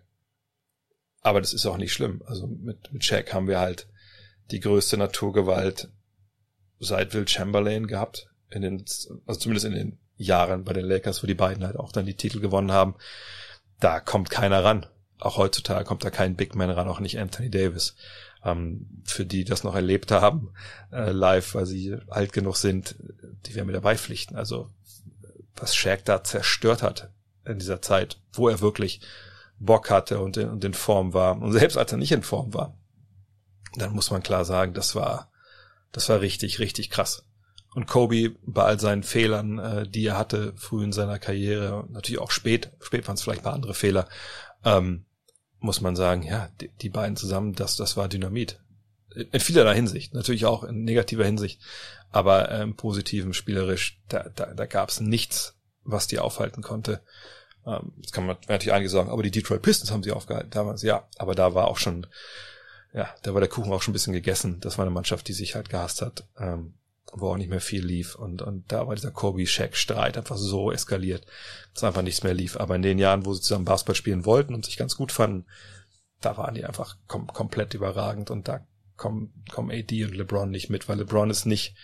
Aber das ist auch nicht schlimm. Also mit, mit Shaq haben wir halt die größte Naturgewalt seit Will Chamberlain gehabt, in den, also zumindest in den Jahren bei den Lakers, wo die beiden halt auch dann die Titel gewonnen haben. Da kommt keiner ran. Auch heutzutage kommt da kein Big Man ran, auch nicht Anthony Davis. Ähm, für die das noch erlebt haben, äh, live, weil sie alt genug sind, die werden mit dabei pflichten. Also was Shaq da zerstört hat in dieser Zeit, wo er wirklich Bock hatte und in, und in Form war. Und selbst als er nicht in Form war, dann muss man klar sagen, das war das war richtig, richtig krass. Und Kobe, bei all seinen Fehlern, äh, die er hatte früh in seiner Karriere, natürlich auch spät, spät waren es vielleicht ein paar andere Fehler, ähm, muss man sagen, ja, die, die beiden zusammen, das das war Dynamit. In, in vielerlei Hinsicht, natürlich auch in negativer Hinsicht, aber äh, im positiven, spielerisch, da, da, da gab es nichts, was die aufhalten konnte. Ähm, das kann man natürlich einige sagen, aber die Detroit Pistons haben sie aufgehalten damals, ja, aber da war auch schon, ja, da war der Kuchen auch schon ein bisschen gegessen. Das war eine Mannschaft, die sich halt gehasst hat, ähm, wo auch nicht mehr viel lief. Und und da war dieser Kobe-Shaq-Streit einfach so eskaliert, dass einfach nichts mehr lief. Aber in den Jahren, wo sie zusammen Basketball spielen wollten und sich ganz gut fanden, da waren die einfach kom- komplett überragend. Und da kommen, kommen A D und LeBron nicht mit, weil LeBron ist nicht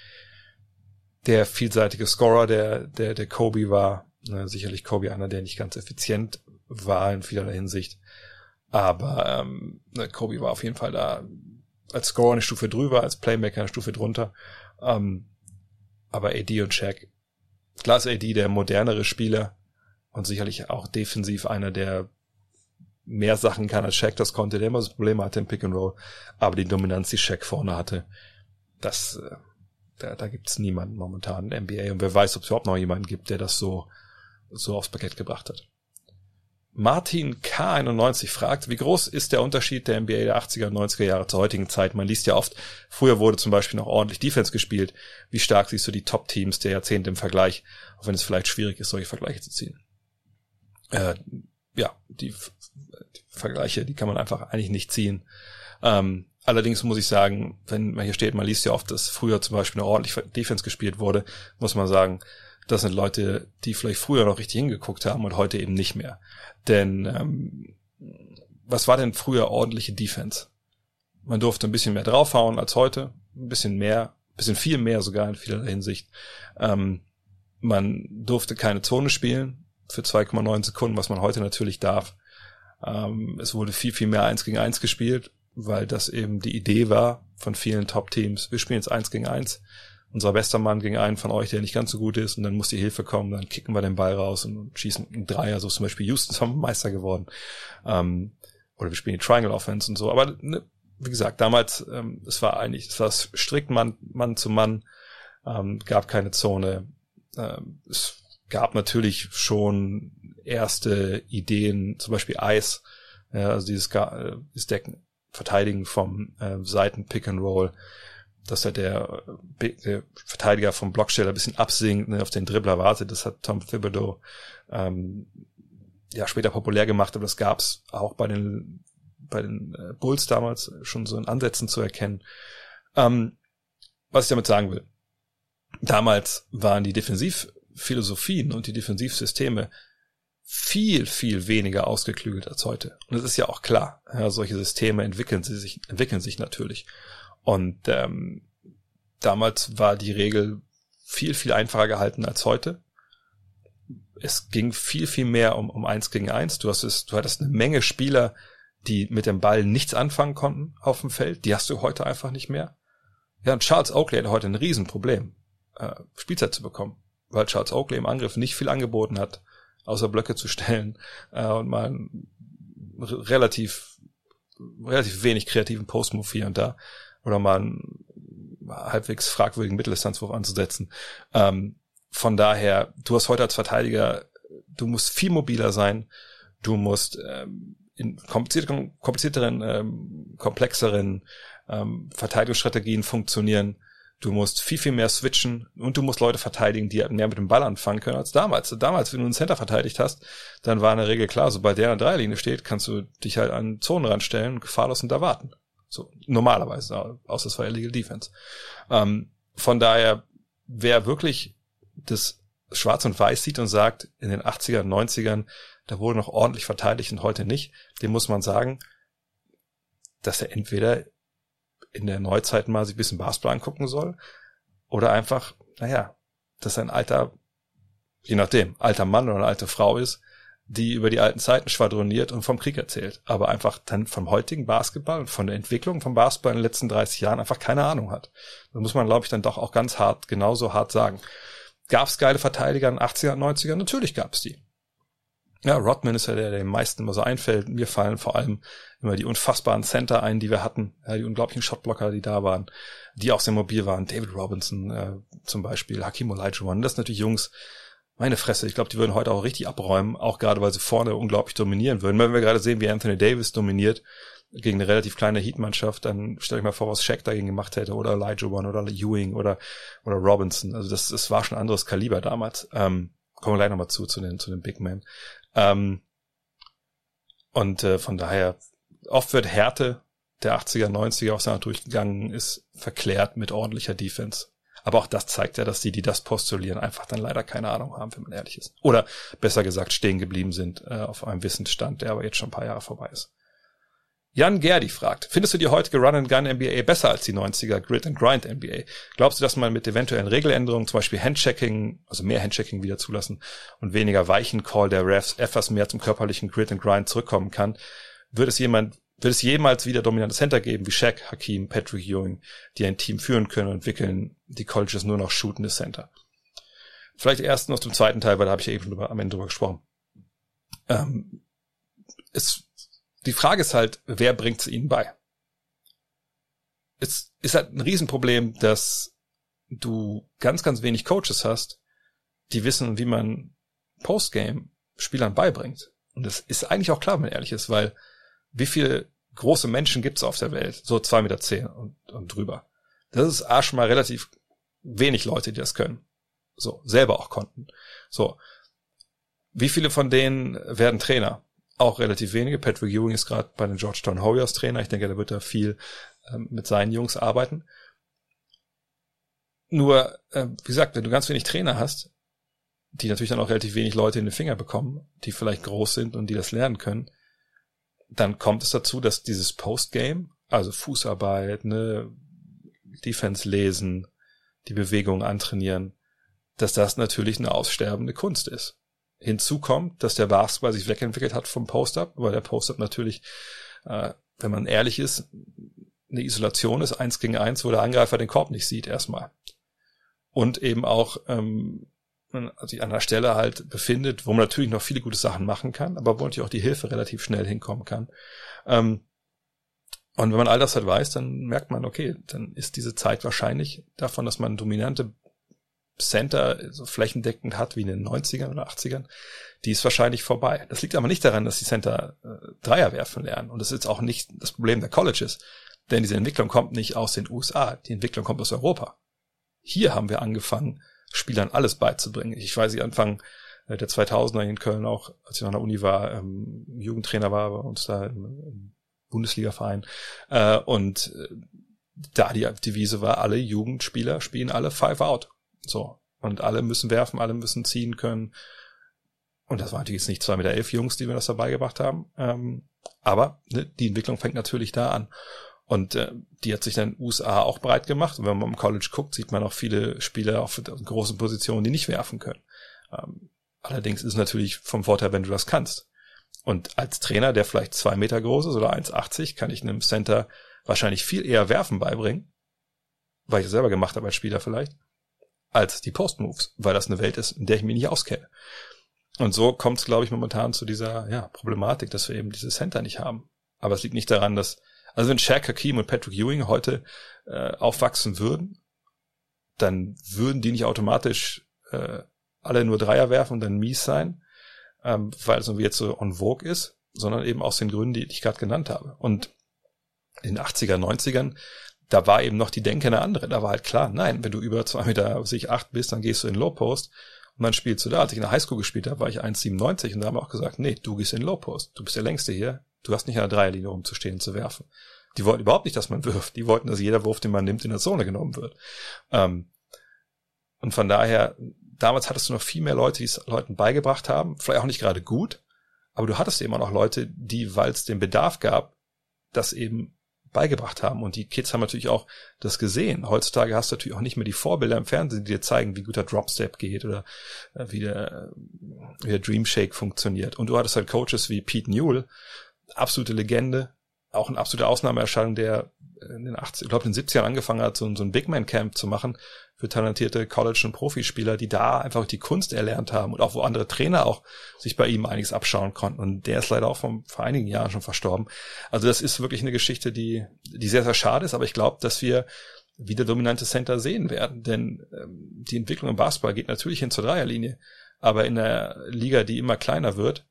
der vielseitige Scorer, der der der Kobe war. Na, sicherlich Kobe einer, der nicht ganz effizient war in vielerlei Hinsicht. Aber ähm, Kobe war auf jeden Fall da als Scorer eine Stufe drüber, als Playmaker eine Stufe drunter. Ähm, aber A D und Shaq, klar ist A D der modernere Spieler und sicherlich auch defensiv einer, der mehr Sachen kann als Shaq das konnte, der immer so Probleme hatte im Pick and Roll. Aber die Dominanz, die Shaq vorne hatte, das, äh, da, da gibt's niemanden momentan in der N B A. Und wer weiß, ob es überhaupt noch jemanden gibt, der das so, so aufs Parkett gebracht hat. Martin K einundneunzig fragt, wie groß ist der Unterschied der N B A der achtziger und neunziger Jahre zur heutigen Zeit? Man liest ja oft, früher wurde zum Beispiel noch ordentlich Defense gespielt. Wie stark siehst du die Top-Teams der Jahrzehnte im Vergleich, auch wenn es vielleicht schwierig ist, solche Vergleiche zu ziehen? Äh, ja, die, die Vergleiche, die kann man einfach eigentlich nicht ziehen. Ähm, allerdings muss ich sagen, wenn man hier steht, man liest ja oft, dass früher zum Beispiel noch ordentlich Defense gespielt wurde, muss man sagen, das sind Leute, die vielleicht früher noch richtig hingeguckt haben und heute eben nicht mehr. Denn ähm, was war denn früher ordentliche Defense? Man durfte ein bisschen mehr draufhauen als heute, ein bisschen mehr, ein bisschen viel mehr sogar in vielerlei Hinsicht. Ähm, man durfte keine Zone spielen für zwei Komma neun Sekunden, was man heute natürlich darf. Ähm, es wurde viel, viel mehr eins gegen eins gespielt, weil das eben die Idee war von vielen Top-Teams. Wir spielen jetzt eins gegen eins. Unser bester Mann gegen einen von euch, der nicht ganz so gut ist, und dann muss die Hilfe kommen, dann kicken wir den Ball raus und schießen einen Dreier, so ist zum Beispiel Houston Meister geworden. Ähm, oder wir spielen die Triangle Offense und so. Aber ne, wie gesagt, damals, ähm, es war eigentlich, es war strikt Mann, Mann zu Mann, ähm, gab keine Zone. Ähm, es gab natürlich schon erste Ideen, zum Beispiel Ice, ja, also dieses, äh, dieses Decken, Verteidigen vom äh, Seiten-Pick and Roll, dass halt der, der Verteidiger vom Blocksteller ein bisschen absinkt, ne, auf den Dribbler wartet. Das hat Tom Thibodeau ähm, ja später populär gemacht, aber das gab's auch bei den bei den äh, Bulls damals schon so in Ansätzen zu erkennen. Ähm, was ich damit sagen will, damals waren die Defensivphilosophien und die Defensivsysteme viel, viel weniger ausgeklügelt als heute. Und das ist ja auch klar. Ja, solche Systeme entwickeln sie sich, entwickeln sich natürlich. Und ähm, damals war die Regel viel, viel einfacher gehalten als heute. Es ging viel, viel mehr um, um eins gegen eins. Du hast es, du hattest eine Menge Spieler, die mit dem Ball nichts anfangen konnten auf dem Feld. Die hast du heute einfach nicht mehr. Ja, und Charles Oakley hat heute ein Riesenproblem, äh, Spielzeit zu bekommen, weil Charles Oakley im Angriff nicht viel angeboten hat, außer Blöcke zu stellen äh, und mal einen relativ relativ wenig kreativen Post-Move hier und da oder mal einen halbwegs fragwürdigen Mitteldistanzwurf anzusetzen. Ähm, von daher, du hast heute als Verteidiger, du musst viel mobiler sein, du musst ähm, in komplizierteren, komplizierteren ähm, komplexeren ähm, Verteidigungsstrategien funktionieren. Du musst viel, viel mehr switchen und du musst Leute verteidigen, die mehr mit dem Ball anfangen können als damals. Damals, wenn du einen Center verteidigt hast, dann war in der Regel klar, sobald der an der Dreierlinie steht, kannst du dich halt an Zonen ranstellen, gefahrlos und da warten. So, normalerweise, außer es war Illegal Defense. Ähm, von daher, wer wirklich das Schwarz und Weiß sieht und sagt, in den achtzigern, neunzigern, da wurde noch ordentlich verteidigt und heute nicht, dem muss man sagen, dass er entweder in der Neuzeit mal sich ein bisschen Basketball angucken soll oder einfach, naja, dass ein alter, je nachdem, alter Mann oder eine alte Frau ist, die über die alten Zeiten schwadroniert und vom Krieg erzählt, aber einfach dann vom heutigen Basketball und von der Entwicklung vom Basketball in den letzten dreißig Jahren einfach keine Ahnung hat. Das muss man, glaube ich, dann doch auch ganz hart, genauso hart sagen. Gab es geile Verteidiger in den achtzigern, neunzigern? Natürlich gab es die. Ja, Rodman ist ja der, der dem meisten immer so einfällt. Mir fallen vor allem immer die unfassbaren Center ein, die wir hatten, ja, die unglaublichen Shotblocker, die da waren, die auch sehr mobil waren. David Robinson äh, zum Beispiel, Hakeem Olajuwon, das sind natürlich Jungs, meine Fresse, ich glaube, die würden heute auch richtig abräumen, auch gerade, weil sie vorne unglaublich dominieren würden. Wenn wir gerade sehen, wie Anthony Davis dominiert gegen eine relativ kleine Heat-Mannschaft, dann stell ich mal vor, was Shaq dagegen gemacht hätte, oder Olajuwon oder Ewing oder oder Robinson. Also das, das war schon ein anderes Kaliber damals. Ähm, kommen wir gleich nochmal zu, zu den, zu den Big Men. Ähm, und äh, von daher, oft wird Härte der achtziger, neunziger auch durchgegangen, ist verklärt mit ordentlicher Defense. Aber auch das zeigt ja, dass die, die das postulieren, einfach dann leider keine Ahnung haben, wenn man ehrlich ist. Oder besser gesagt stehen geblieben sind äh, auf einem Wissensstand, der aber jetzt schon ein paar Jahre vorbei ist. Jan Gerdi fragt, findest du die heutige Run-and-Gun-N B A besser als die neunziger Grid-and-Grind-N B A? Glaubst du, dass man mit eventuellen Regeländerungen, zum Beispiel Handchecking, also mehr Handchecking wieder zulassen und weniger weichen Call der Refs etwas mehr zum körperlichen Grid-and-Grind zurückkommen kann? Wird es jemand, wird es jemals wieder dominante Center geben, wie Shaq, Hakeem, Patrick Ewing, die ein Team führen können und entwickeln die Colleges nur noch shootende Center? Vielleicht erst noch zum zweiten Teil, weil da habe ich ja eben schon am Ende drüber gesprochen. Ähm, es Die Frage ist halt, wer bringt es ihnen bei? Es ist halt ein Riesenproblem, dass du ganz, ganz wenig Coaches hast, die wissen, wie man Postgame Spielern beibringt. Und das ist eigentlich auch klar, wenn man ehrlich ist, weil wie viele große Menschen gibt es auf der Welt? So zwei Meter zehn und, und drüber. Das ist auch schon mal relativ wenig Leute, die das können. So, selber auch konnten. So. Wie viele von denen werden Trainer? Auch relativ wenige. Patrick Ewing ist gerade bei den Georgetown Warriors Trainer. Ich denke, der wird da viel ähm, mit seinen Jungs arbeiten. Nur, äh, wie gesagt, wenn du ganz wenig Trainer hast, die natürlich dann auch relativ wenig Leute in den Finger bekommen, die vielleicht groß sind und die das lernen können, dann kommt es dazu, dass dieses Postgame, also Fußarbeit, ne, Defense lesen, die Bewegungen antrainieren, dass das natürlich eine aussterbende Kunst ist. Hinzu kommt, dass der Basketball sich wegentwickelt hat vom Post-Up, weil der Post-Up natürlich, äh, wenn man ehrlich ist, eine Isolation ist, eins gegen eins, wo der Angreifer den Korb nicht sieht erstmal. Und eben auch ähm, man sich an einer Stelle halt befindet, wo man natürlich noch viele gute Sachen machen kann, aber wo natürlich auch die Hilfe relativ schnell hinkommen kann. Ähm, und wenn man all das halt weiß, dann merkt man, okay, dann ist diese Zeit wahrscheinlich davon, dass man dominante Center so flächendeckend hat wie in den neunzigern oder achtzigern, die ist wahrscheinlich vorbei. Das liegt aber nicht daran, dass die Center äh, Dreier werfen lernen. Und das ist jetzt auch nicht das Problem der Colleges, denn diese Entwicklung kommt nicht aus den U S A, die Entwicklung kommt aus Europa. Hier haben wir angefangen, Spielern alles beizubringen. Ich weiß, ich Anfang der zweitausender in Köln auch, als ich noch an der Uni war, ähm, Jugendtrainer war bei uns da im, im Bundesliga-Verein. Äh, und äh, da die Devise war, alle Jugendspieler spielen alle Five Out. So. Und alle müssen werfen, alle müssen ziehen können. Und das war natürlich jetzt nicht zwei Meter elf Jungs, die mir das dabei gebracht haben. Ähm, aber ne, die Entwicklung fängt natürlich da an. Und äh, die hat sich dann in den U S A auch breit gemacht. Und wenn man im College guckt, sieht man auch viele Spieler auf großen Positionen, die nicht werfen können. Ähm, allerdings ist es natürlich vom Vorteil, wenn du das kannst. Und als Trainer, der vielleicht zwei Meter groß ist oder eins achtzig, kann ich einem Center wahrscheinlich viel eher Werfen beibringen, weil ich das selber gemacht habe als Spieler vielleicht, als die Post-Moves, weil das eine Welt ist, in der ich mich nicht auskenne. Und so kommt es, glaube ich, momentan zu dieser ja, Problematik, dass wir eben diese Center nicht haben. Aber es liegt nicht daran, dass Also wenn Shaq Hakeem und Patrick Ewing heute äh, aufwachsen würden, dann würden die nicht automatisch äh, alle nur Dreier werfen und dann mies sein, ähm, weil es irgendwie jetzt so en vogue ist, sondern eben aus den Gründen, die ich gerade genannt habe. Und in den achtziger, neunzigern, da war eben noch die Denke eine andere. Da war halt klar, nein, wenn du über zwei Meter acht bist, dann gehst du in Low Post und dann spielst du da. Als ich in der Highschool gespielt habe, war ich eins siebenundneunzig und da haben wir auch gesagt, nee, du gehst in Low Post. Du bist der Längste hier. Du hast nicht an der Dreierlinie rumzustehen und zu werfen. Die wollten überhaupt nicht, dass man wirft. Die wollten, dass jeder Wurf, den man nimmt, in der Zone genommen wird. Ähm, und von daher, damals hattest du noch viel mehr Leute, die es Leuten beigebracht haben. Vielleicht auch nicht gerade gut, aber du hattest eben auch noch Leute, die, weil es den Bedarf gab, das eben beigebracht haben. Und die Kids haben natürlich auch das gesehen. Heutzutage hast du natürlich auch nicht mehr die Vorbilder im Fernsehen, die dir zeigen, wie gut der Dropstep geht oder wie der, wie der Dream Shake funktioniert. Und du hattest halt Coaches wie Pete Newell, absolute Legende, auch eine absolute Ausnahmeerscheinung, der in den achtzig, ich glaube in den siebzigern angefangen hat, so, so ein Big Man Camp zu machen für talentierte College- und Profispieler, die da einfach die Kunst erlernt haben und auch wo andere Trainer auch sich bei ihm einiges abschauen konnten. Und der ist leider auch vor, vor einigen Jahren schon verstorben. Also das ist wirklich eine Geschichte, die, die sehr, sehr schade ist, aber ich glaube, dass wir wieder dominante Center sehen werden, denn ähm, die Entwicklung im Basketball geht natürlich hin zur Dreierlinie, aber in der Liga, die immer kleiner wird,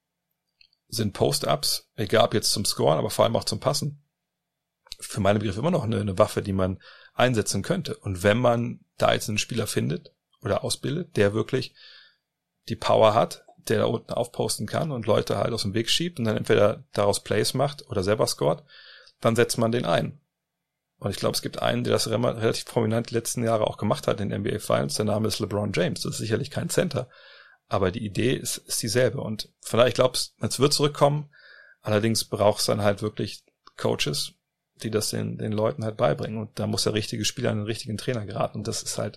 sind Post-Ups, egal ob jetzt zum Scoren, aber vor allem auch zum Passen, für meine Begriffe immer noch eine, eine Waffe, die man einsetzen könnte. Und wenn man da jetzt einen Spieler findet oder ausbildet, der wirklich die Power hat, der da unten aufposten kann und Leute halt aus dem Weg schiebt und dann entweder daraus Plays macht oder selber scoret, dann setzt man den ein. Und ich glaube, es gibt einen, der das relativ prominent die letzten Jahre auch gemacht hat in den N B A Finals. Der Name ist LeBron James. Das ist sicherlich kein Center. Aber die Idee ist, ist dieselbe. Und von daher, ich glaube, es wird zurückkommen. Allerdings braucht es dann halt wirklich Coaches, die das den, den Leuten halt beibringen. Und da muss der richtige Spieler an den richtigen Trainer geraten. Und das ist halt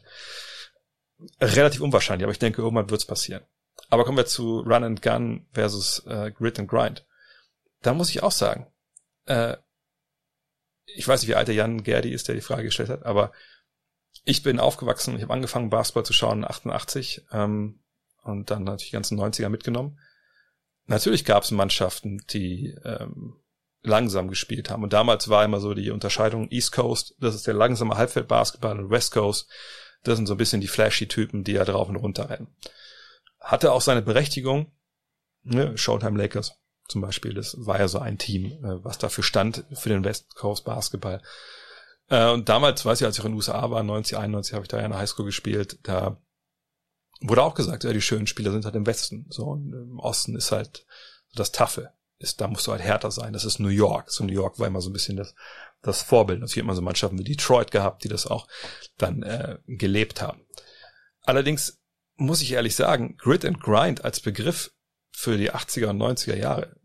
relativ unwahrscheinlich. Aber ich denke, irgendwann wird es passieren. Aber kommen wir zu Run and Gun versus äh, Grit and Grind. Da muss ich auch sagen, äh, ich weiß nicht, wie alt der Jan Gerdi ist, der die Frage gestellt hat, aber ich bin aufgewachsen, ich habe angefangen, Basketball zu schauen in achtundachtzig, ähm, und dann natürlich die ganzen neunziger mitgenommen. Natürlich gab es Mannschaften, die ähm, langsam gespielt haben. Und damals war immer so die Unterscheidung East Coast, das ist der langsame Halbfeldbasketball, und West Coast, das sind so ein bisschen die flashy Typen, die ja drauf und runter rennen. Hatte auch seine Berechtigung, ne? Showtime Lakers zum Beispiel, das war ja so ein Team, was dafür stand, für den West Coast Basketball. Und damals, weiß ich, als ich in den U S A war, neunzig, einundneunzig, habe ich da ja in der Highschool gespielt, da wurde auch gesagt, ja, die schönen Spieler sind halt im Westen. So, und im Osten ist halt das Taffe. Ist, da musst du halt härter sein. Das ist New York. So New York war immer so ein bisschen das, das Vorbild. Natürlich hat man so Mannschaften wie Detroit gehabt, die das auch dann äh, gelebt haben. Allerdings muss ich ehrlich sagen, Grit and Grind als Begriff für die achtziger und neunziger Jahre,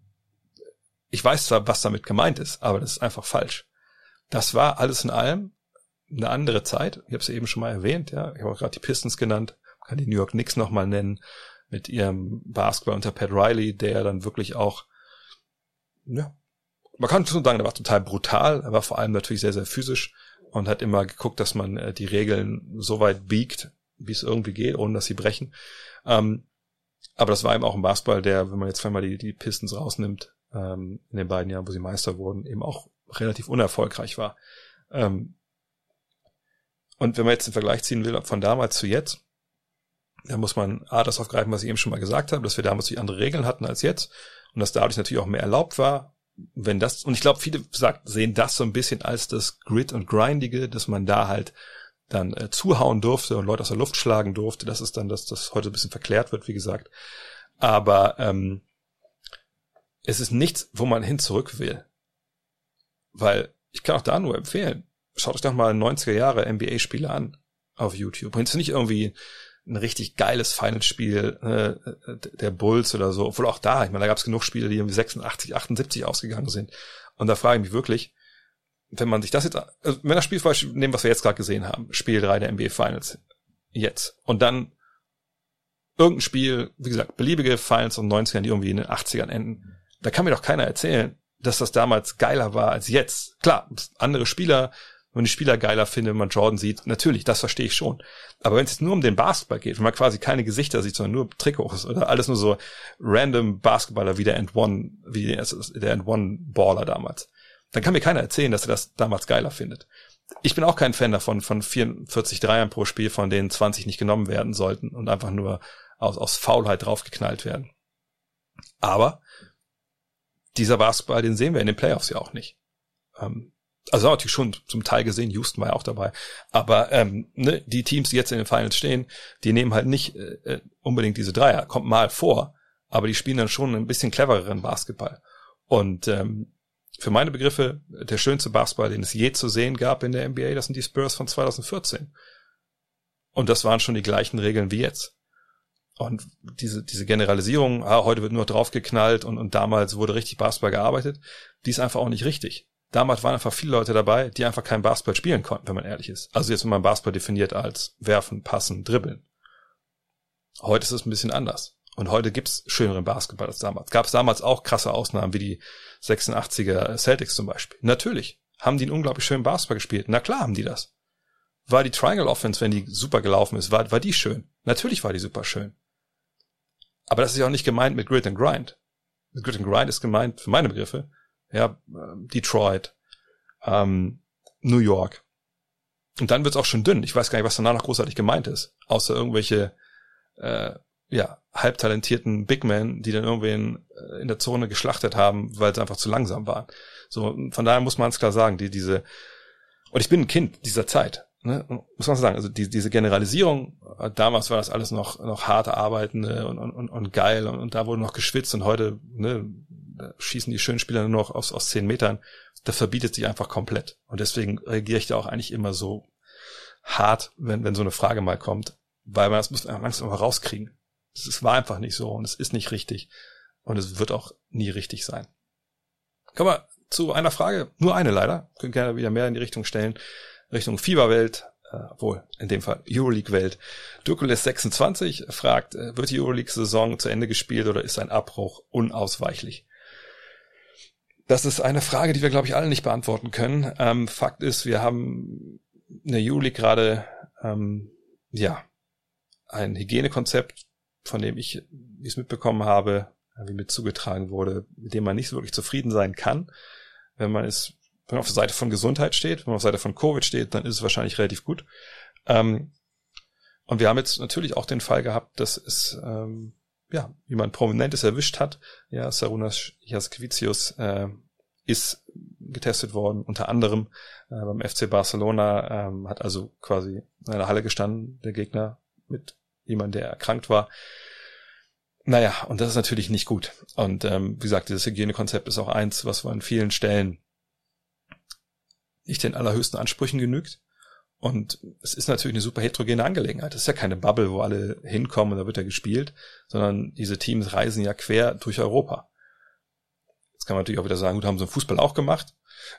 ich weiß zwar, was damit gemeint ist, aber das ist einfach falsch. Das war alles in allem eine andere Zeit. Ich habe es eben schon mal erwähnt. Ja, ich habe auch gerade die Pistons genannt. Kann die New York Knicks nochmal nennen, mit ihrem Basketball unter Pat Riley, der dann wirklich auch, ja, man kann schon sagen, der war total brutal, er war vor allem natürlich sehr, sehr physisch und hat immer geguckt, dass man äh, die Regeln so weit biegt, wie es irgendwie geht, ohne dass sie brechen. Ähm, aber das war eben auch ein Basketball, der, wenn man jetzt einmal die, die Pistons rausnimmt, ähm, in den beiden Jahren, wo sie Meister wurden, eben auch relativ unerfolgreich war. Ähm, und wenn man jetzt den Vergleich ziehen will von damals zu jetzt, dann muss man A, das aufgreifen, was ich eben schon mal gesagt habe, dass wir damals die andere Regeln hatten als jetzt und dass dadurch natürlich auch mehr erlaubt war. Wenn das, und ich glaube, viele sagt, sehen das so ein bisschen als das Grit und Grindige, dass man da halt dann äh, zuhauen durfte und Leute aus der Luft schlagen durfte. Das ist dann, dass das heute ein bisschen verklärt wird, wie gesagt. Aber ähm, es ist nichts, wo man hin zurück will. Weil ich kann auch da nur empfehlen, schaut euch doch mal neunziger Jahre N B A-Spiele an auf YouTube. Und es ist nicht irgendwie ein richtig geiles Finalspiel äh, der Bulls oder so. Obwohl auch da, ich meine, da gab es genug Spiele, die irgendwie sechsundachtzig, achtundsiebzig ausgegangen sind. Und da frage ich mich wirklich, wenn man sich das jetzt, also wenn das Spiel zum Beispiel nehmen, was wir jetzt gerade gesehen haben, Spiel drei der N B A Finals jetzt, und dann irgendein Spiel, wie gesagt, beliebige Finals aus den neunzigern, die irgendwie in den achtzigern enden, da kann mir doch keiner erzählen, dass das damals geiler war als jetzt. Klar, andere Spieler, wenn die Spieler geiler finden, wenn man Jordan sieht, natürlich, das verstehe ich schon. Aber wenn es jetzt nur um den Basketball geht, wenn man quasi keine Gesichter sieht, sondern nur Trikots oder alles nur so random Basketballer wie der And One, wie der And One Baller damals, dann kann mir keiner erzählen, dass er das damals geiler findet. Ich bin auch kein Fan davon, von vierundvierzig Dreiern pro Spiel, von denen zwanzig nicht genommen werden sollten und einfach nur aus, aus Faulheit draufgeknallt werden. Aber dieser Basketball, den sehen wir in den Playoffs ja auch nicht. Ähm, also haben wir natürlich schon zum Teil gesehen, Houston war ja auch dabei. Aber ähm, ne, die Teams, die jetzt in den Finals stehen, die nehmen halt nicht äh, unbedingt diese Dreier. Kommt mal vor, aber die spielen dann schon ein bisschen clevereren Basketball. Und ähm, für meine Begriffe, der schönste Basketball, den es je zu sehen gab in der N B A, das sind die Spurs von zweitausendvierzehn. Und das waren schon die gleichen Regeln wie jetzt. Und diese diese Generalisierung, ah, heute wird nur draufgeknallt und, und damals wurde richtig Basketball gearbeitet, die ist einfach auch nicht richtig. Damals waren einfach viele Leute dabei, die einfach keinen Basketball spielen konnten, wenn man ehrlich ist. Also jetzt, wenn man Basketball definiert als werfen, passen, dribbeln. Heute ist es ein bisschen anders. Und heute gibt's schöneren Basketball als damals. Gab es damals auch krasse Ausnahmen, wie die sechsundachtziger Celtics zum Beispiel. Natürlich haben die einen unglaublich schönen Basketball gespielt. Na klar haben die das. War die Triangle Offense, wenn die super gelaufen ist, war, war die schön. Natürlich war die super schön. Aber das ist ja auch nicht gemeint mit Grit and Grind. Mit Grit and Grind ist gemeint, für meine Begriffe, ja, Detroit, ähm, New York. Und dann wird's auch schon dünn. Ich weiß gar nicht, was danach noch großartig gemeint ist. Außer irgendwelche, äh, ja, halbtalentierten Big Men, die dann irgendwen in der Zone geschlachtet haben, weil sie einfach zu langsam waren. So, von daher muss man es klar sagen, die, diese, und ich bin ein Kind dieser Zeit, ne, muss man sagen, also die, diese Generalisierung, damals war das alles noch, noch harte Arbeiten, ne, und, und, und geil, und, und da wurde noch geschwitzt, und heute, ne, da schießen die schönen Spieler nur noch aus, aus zehn Metern, das verbietet sich einfach komplett. Und deswegen reagiere ich da auch eigentlich immer so hart, wenn, wenn so eine Frage mal kommt, weil man das muss man langsam mal rauskriegen. Es war einfach nicht so und es ist nicht richtig und es wird auch nie richtig sein. Kommen wir zu einer Frage, nur eine leider, können gerne wieder mehr in die Richtung stellen, Richtung FIBA-Welt, äh, wohl in dem Fall Euroleague-Welt. Durkules sechsundzwanzig fragt, äh, wird die Euroleague-Saison zu Ende gespielt oder ist ein Abbruch unausweichlich? Das ist eine Frage, die wir, glaube ich, alle nicht beantworten können. Ähm, Fakt ist, wir haben in der Euroleague gerade ähm, ja ein Hygienekonzept, von dem ich, wie ich es mitbekommen habe, wie mir zugetragen wurde, mit dem man nicht so wirklich zufrieden sein kann. Wenn man ist, wenn man auf der Seite von Gesundheit steht, wenn man auf der Seite von Covid steht, dann ist es wahrscheinlich relativ gut. Ähm, und wir haben jetzt natürlich auch den Fall gehabt, dass es, ähm, ja, jemand Prominentes erwischt hat. Ja, Sarunas Jaskevicius äh, ist getestet worden, unter anderem äh, beim F C Barcelona, ähm, hat also quasi in einer Halle gestanden, der Gegner, mit jemand, der erkrankt war. Naja, und das ist natürlich nicht gut. Und ähm, wie gesagt, dieses Hygienekonzept ist auch eins, was an vielen Stellen nicht den allerhöchsten Ansprüchen genügt. Und es ist natürlich eine super heterogene Angelegenheit. Es ist ja keine Bubble, wo alle hinkommen und da wird ja gespielt, sondern diese Teams reisen ja quer durch Europa. Jetzt kann man natürlich auch wieder sagen, gut, haben sie im Fußball auch gemacht?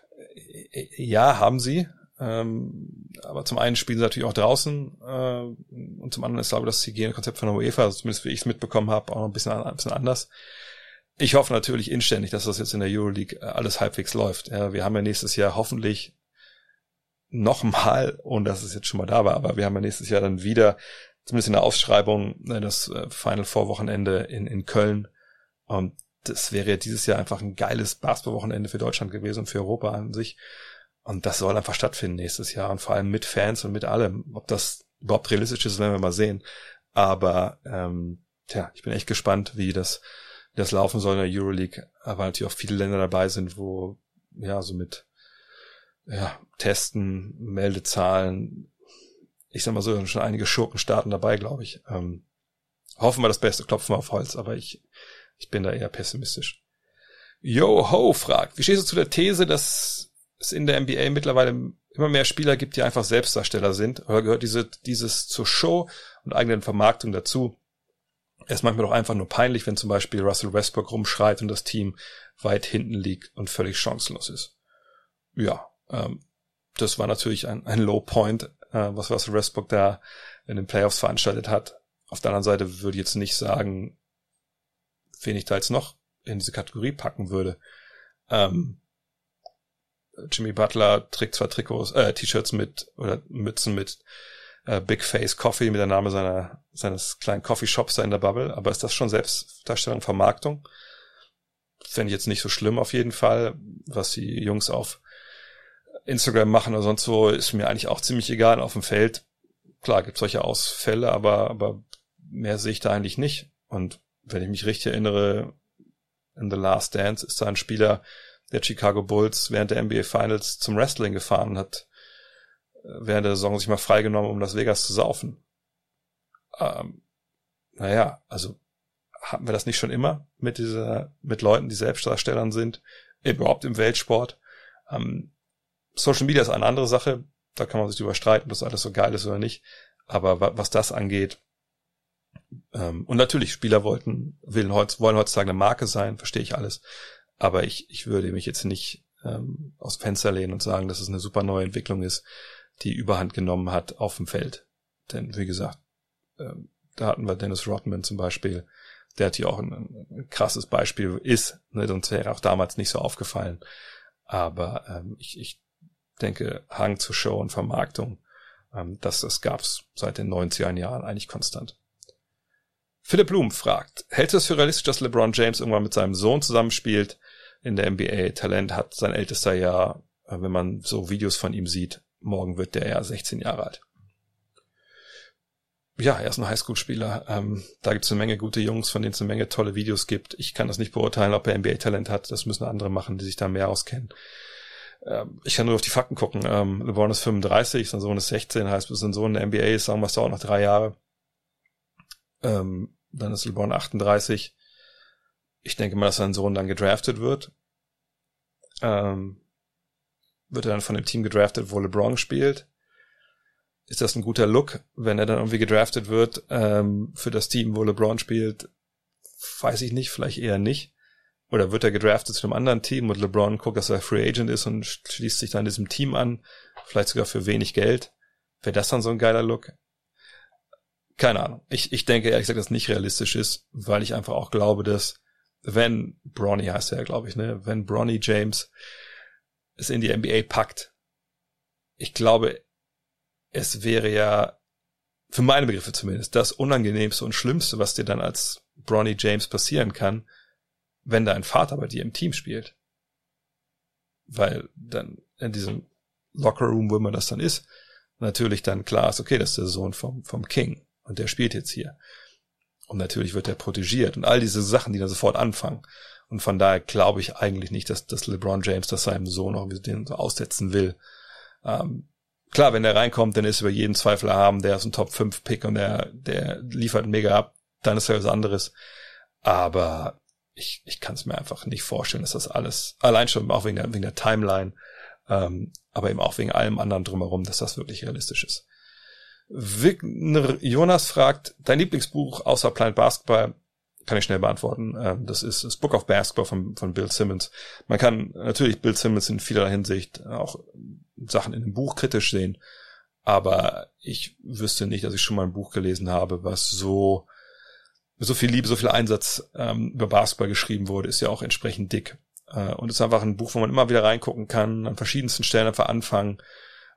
Ja, haben sie. Ähm, aber zum einen spielen sie natürlich auch draußen äh, und zum anderen ist, glaube ich, das Hygienekonzept von der UEFA, also zumindest wie ich es mitbekommen habe, auch noch ein bisschen, ein bisschen anders. Ich hoffe natürlich inständig, dass das jetzt in der Euroleague alles halbwegs läuft. Ja, wir haben ja nächstes Jahr hoffentlich nochmal, ohne dass es jetzt schon mal da war, aber wir haben ja nächstes Jahr dann wieder zumindest in der Ausschreibung, ne, das äh, Final Four Wochenende in, in Köln. Und das wäre ja dieses Jahr einfach ein geiles Basketball-Wochenende für Deutschland gewesen und für Europa an sich. Und das soll einfach stattfinden nächstes Jahr und vor allem mit Fans und mit allem. Ob das überhaupt realistisch ist, werden wir mal sehen. Aber ähm, tja, ich bin echt gespannt, wie das, wie das laufen soll in der Euroleague. Aber natürlich auch viele Länder dabei sind, wo ja so mit ja Testen, Meldezahlen, ich sag mal so, schon einige Schurkenstaaten dabei, glaube ich. Ähm, hoffen wir das Beste, klopfen wir auf Holz, aber ich ich bin da eher pessimistisch. Yo Ho fragt, wie stehst du zu der These, dass es in der N B A mittlerweile immer mehr Spieler gibt, die einfach Selbstdarsteller sind? Oder gehört diese dieses zur Show und eigenen Vermarktung dazu? Es ist manchmal doch einfach nur peinlich, wenn zum Beispiel Russell Westbrook rumschreit und das Team weit hinten liegt und völlig chancenlos ist. Ja, ähm, das war natürlich ein, ein Low Point, äh, was Russell Westbrook da in den Playoffs veranstaltet hat. Auf der anderen Seite würde ich jetzt nicht sagen, wen ich da jetzt noch in diese Kategorie packen würde. Ähm, Jimmy Butler trägt zwar Trikots, äh, T-Shirts mit oder Mützen mit äh, Big Face Coffee mit der Name seiner seines kleinen Coffeeshops da in der Bubble, aber ist das schon Selbstdarstellung, Vermarktung? Fände ich jetzt nicht so schlimm auf jeden Fall. Was die Jungs auf Instagram machen oder sonst wo, ist mir eigentlich auch ziemlich egal. Auf dem Feld, klar, gibt es solche Ausfälle, aber aber mehr sehe ich da eigentlich nicht. Und wenn ich mich richtig erinnere, in The Last Dance ist da ein Spieler der Chicago Bulls während der N B A Finals zum Wrestling gefahren und hat während der Saison sich mal freigenommen, um Las Vegas zu saufen. Ähm, naja, also hatten wir das nicht schon immer mit dieser, mit Leuten, die Selbstdarstellern sind, überhaupt im Weltsport. Ähm, Social Media ist eine andere Sache, da kann man sich drüber streiten, ob das alles so geil ist oder nicht. Aber was das angeht, ähm, und natürlich, Spieler wollten, wollen heutzutage eine Marke sein, verstehe ich alles. Aber ich, ich würde mich jetzt nicht ähm, aus dem Fenster lehnen und sagen, dass es eine super neue Entwicklung ist, die Überhand genommen hat auf dem Feld. Denn, wie gesagt, ähm, da hatten wir Dennis Rodman zum Beispiel, der hat hier auch ein, ein krasses Beispiel ist, ne, sonst wäre auch damals nicht so aufgefallen. Aber ähm, ich, ich denke, Hang zur Show und Vermarktung, ähm, das, das gab's seit den neunziger Jahren eigentlich konstant. Philipp Blum fragt, hältst du es für realistisch, dass LeBron James irgendwann mit seinem Sohn zusammenspielt in der N B A? Talent hat sein ältester Jahr, wenn man so Videos von ihm sieht, morgen wird der ja sechzehn Jahre alt. Ja, er ist ein Highschool-Spieler. Ähm, da gibt es eine Menge gute Jungs, von denen es eine Menge tolle Videos gibt. Ich kann das nicht beurteilen, ob er N B A-Talent hat. Das müssen andere machen, die sich da mehr auskennen. Ähm, ich kann nur auf die Fakten gucken. Ähm, LeBron ist fünfunddreißig, sein Sohn ist sechzehn, heißt, bis sein Sohn in der N B A ist, sagen wir, es dauert noch drei Jahre. Ähm, dann ist LeBron achtunddreißig. Ich denke mal, dass sein Sohn dann gedraftet wird. Ähm, wird er dann von dem Team gedraftet, wo LeBron spielt? Ist das ein guter Look, wenn er dann irgendwie gedraftet wird ähm, für das Team, wo LeBron spielt? Weiß ich nicht, vielleicht eher nicht. Oder wird er gedraftet zu einem anderen Team und LeBron guckt, dass er Free Agent ist und schließt sich dann diesem Team an, vielleicht sogar für wenig Geld? Wäre das dann so ein geiler Look? Keine Ahnung. Ich, ich denke ehrlich gesagt, dass es nicht realistisch ist, weil ich einfach auch glaube, dass wenn Bronny heißt er ja, glaube ich, ne, wenn Bronny James es in die N B A packt, ich glaube, es wäre ja, für meine Begriffe zumindest, das Unangenehmste und Schlimmste, was dir dann als Bronny James passieren kann, wenn dein Vater bei dir im Team spielt. Weil dann in diesem Lockerroom, wo immer das dann ist, natürlich dann klar ist, okay, das ist der Sohn vom, vom King und der spielt jetzt hier. Und natürlich wird er protegiert und all diese Sachen, die dann sofort anfangen. Und von daher glaube ich eigentlich nicht, dass, dass LeBron James das seinem Sohn auch den so aussetzen will. Ähm, klar, wenn der reinkommt, dann ist über jeden Zweifel erhaben, der ist ein Top fünf Pick und der, der liefert mega ab, dann ist ja was anderes. Aber ich, ich kann es mir einfach nicht vorstellen, dass das alles, allein schon auch wegen der, wegen der Timeline, ähm, aber eben auch wegen allem anderen drumherum, dass das wirklich realistisch ist. Wigner Jonas fragt, dein Lieblingsbuch außer Planet Basketball? Kann ich schnell beantworten. Ähm, das ist das Book of Basketball von, von Bill Simmons. Man kann natürlich Bill Simmons in vielerlei Hinsicht auch Sachen in dem Buch kritisch sehen, aber ich wüsste nicht, dass ich schon mal ein Buch gelesen habe, was so mit so viel Liebe, so viel Einsatz ähm, über Basketball geschrieben wurde, ist ja auch entsprechend dick. Äh, und ist einfach ein Buch, wo man immer wieder reingucken kann, an verschiedensten Stellen einfach anfangen.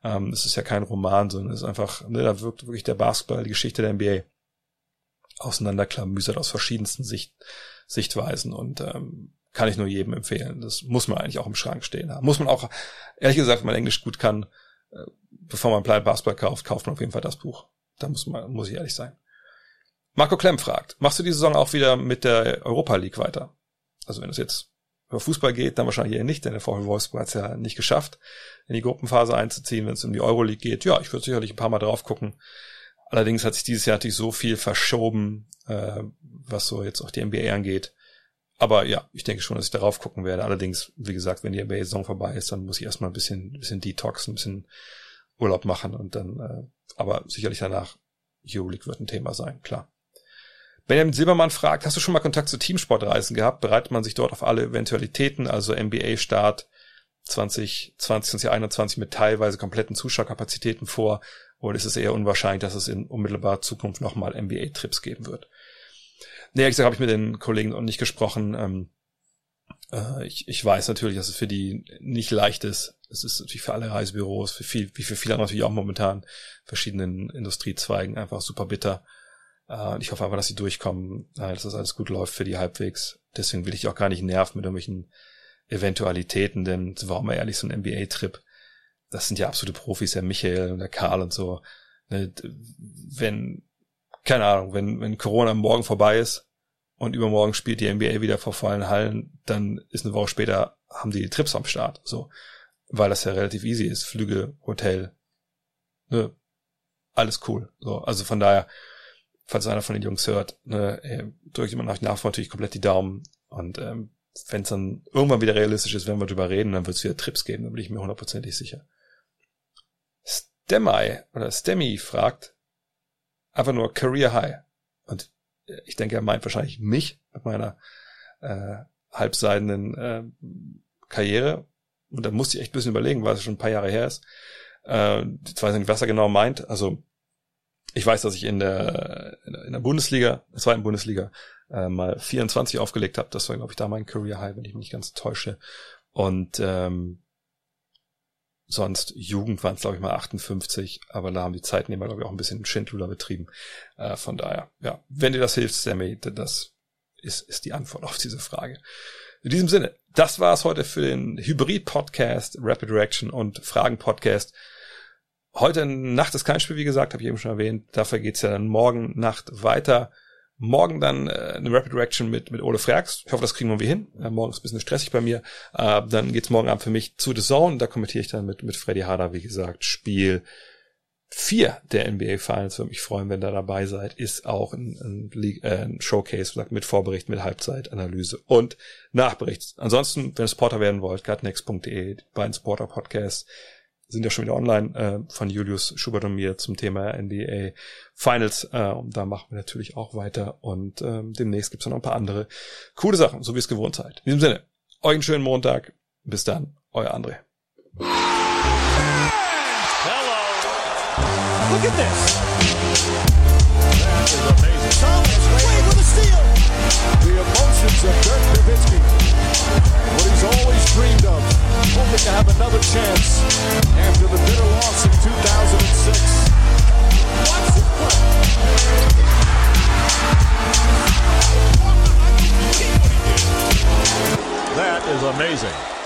Ähm, es ist ja kein Roman, sondern es ist einfach, ne, da wirkt wirklich der Basketball, die Geschichte der N B A auseinanderklamüsert aus verschiedensten Sicht, Sichtweisen und ähm, kann ich nur jedem empfehlen. Das muss man eigentlich auch im Schrank stehen haben. Muss man auch, ehrlich gesagt, wenn man Englisch gut kann, äh, bevor man Planet Basketball kauft, kauft man auf jeden Fall das Buch. Da muss man, muss ich ehrlich sein. Marco Klemm fragt, machst du die Saison auch wieder mit der Europa League weiter? Also wenn es jetzt über Fußball geht, dann wahrscheinlich eher nicht, denn der VfL Wolfsburg hat es ja nicht geschafft, in die Gruppenphase einzuziehen. Wenn es um die Euroleague geht, ja, ich würde sicherlich ein paar Mal drauf gucken. Allerdings hat sich dieses Jahr natürlich so viel verschoben, äh, was so jetzt auch die N B A angeht. Aber ja, ich denke schon, dass ich darauf gucken werde. Allerdings, wie gesagt, wenn die N B A-Saison vorbei ist, dann muss ich erstmal ein bisschen, ein bisschen Detox, ein bisschen Urlaub machen und dann, äh, aber sicherlich danach, Euroleague wird ein Thema sein, klar. Benjamin Silbermann fragt, hast du schon mal Kontakt zu Teamsportreisen gehabt? Bereitet man sich dort auf alle Eventualitäten, also N B A-Start zwanzig zwanzig, zwanzig einundzwanzig mit teilweise kompletten Zuschauerkapazitäten vor? Oder ist es eher unwahrscheinlich, dass es in unmittelbarer Zukunft nochmal N B A-Trips geben wird? Nee, ehrlich gesagt habe ich mit den Kollegen noch nicht gesprochen. Ähm, äh, ich, ich weiß natürlich, dass es für die nicht leicht ist. Es ist natürlich für alle Reisebüros, für viel, wie für viele natürlich auch momentan verschiedenen Industriezweigen einfach super bitter. Äh, ich hoffe einfach, dass sie durchkommen, äh, dass das alles gut läuft für die halbwegs. Deswegen will ich auch gar nicht nerven mit irgendwelchen Eventualitäten, denn warum mal ehrlich, so ein N B A-Trip, das sind ja absolute Profis, der Michael und der Karl und so. Wenn, keine Ahnung, wenn, wenn Corona morgen vorbei ist und übermorgen spielt die N B A wieder vor vollen Hallen, dann ist eine Woche später, haben die, die Trips am Start, so. Weil das ja relativ easy ist. Flüge, Hotel, ne, alles cool, so. Also von daher, falls einer von den Jungs hört, ne, drückt immer nach nach natürlich komplett die Daumen und, ähm, wenn es dann irgendwann wieder realistisch ist, wenn wir drüber reden, dann wird es wieder Trips geben, da bin ich mir hundertprozentig sicher. Stemi oder Stemi fragt einfach nur Career High. Und ich denke, er meint wahrscheinlich mich mit meiner äh, halbseidenen äh, Karriere. Und da musste ich echt ein bisschen überlegen, weil es schon ein paar Jahre her ist. Äh, ich weiß nicht, was er genau meint. Also ich weiß, dass ich in der in der Bundesliga, der zweiten Bundesliga, äh, mal vierundzwanzig aufgelegt habe. Das war, glaube ich, da mein Career High, wenn ich mich nicht ganz täusche. Und ähm, sonst Jugend waren es, glaube ich, mal achtundfünfzig, aber da haben die Zeitnehmer, glaube ich, auch ein bisschen Schindluder betrieben. Äh, von daher, ja, wenn dir das hilft, Sammy, das ist, ist die Antwort auf diese Frage. In diesem Sinne, das war es heute für den Hybrid-Podcast, Rapid Reaction und Fragen-Podcast. Heute Nacht ist kein Spiel, wie gesagt, habe ich eben schon erwähnt. Dafür geht's ja dann morgen Nacht weiter. Morgen dann äh, eine Rapid Reaction mit mit Ole Frags. Ich hoffe, das kriegen wir irgendwie hin. Äh, morgen ist ein bisschen stressig bei mir. Äh, dann geht's morgen Abend für mich zu The Zone. Da kommentiere ich dann mit mit Freddy Harder, wie gesagt, Spiel vier der N B A Finals. Würde mich freuen, wenn ihr dabei seid. Ist auch ein, ein, League, äh, ein Showcase mit Vorbericht, mit Halbzeitanalyse und Nachbericht. Ansonsten, wenn ihr Supporter werden wollt, gutnext punkt de, die beiden Supporter-Podcasts sind ja schon wieder online, äh, von Julius Schubert und mir zum Thema N B A Finals. Äh, und da machen wir natürlich auch weiter. Und ähm, demnächst gibt's noch ein paar andere coole Sachen, so wie es gewohnt seid. In diesem Sinne, euch einen schönen Montag. Bis dann, euer André. Hello. Look at this. That is amazing. Thomas Wade with a steal. The emotions of Dirk Nowitzki. What he's always dreamed of. Hoping to have another chance after the bitter loss in two thousand six. Watch this play. That is amazing.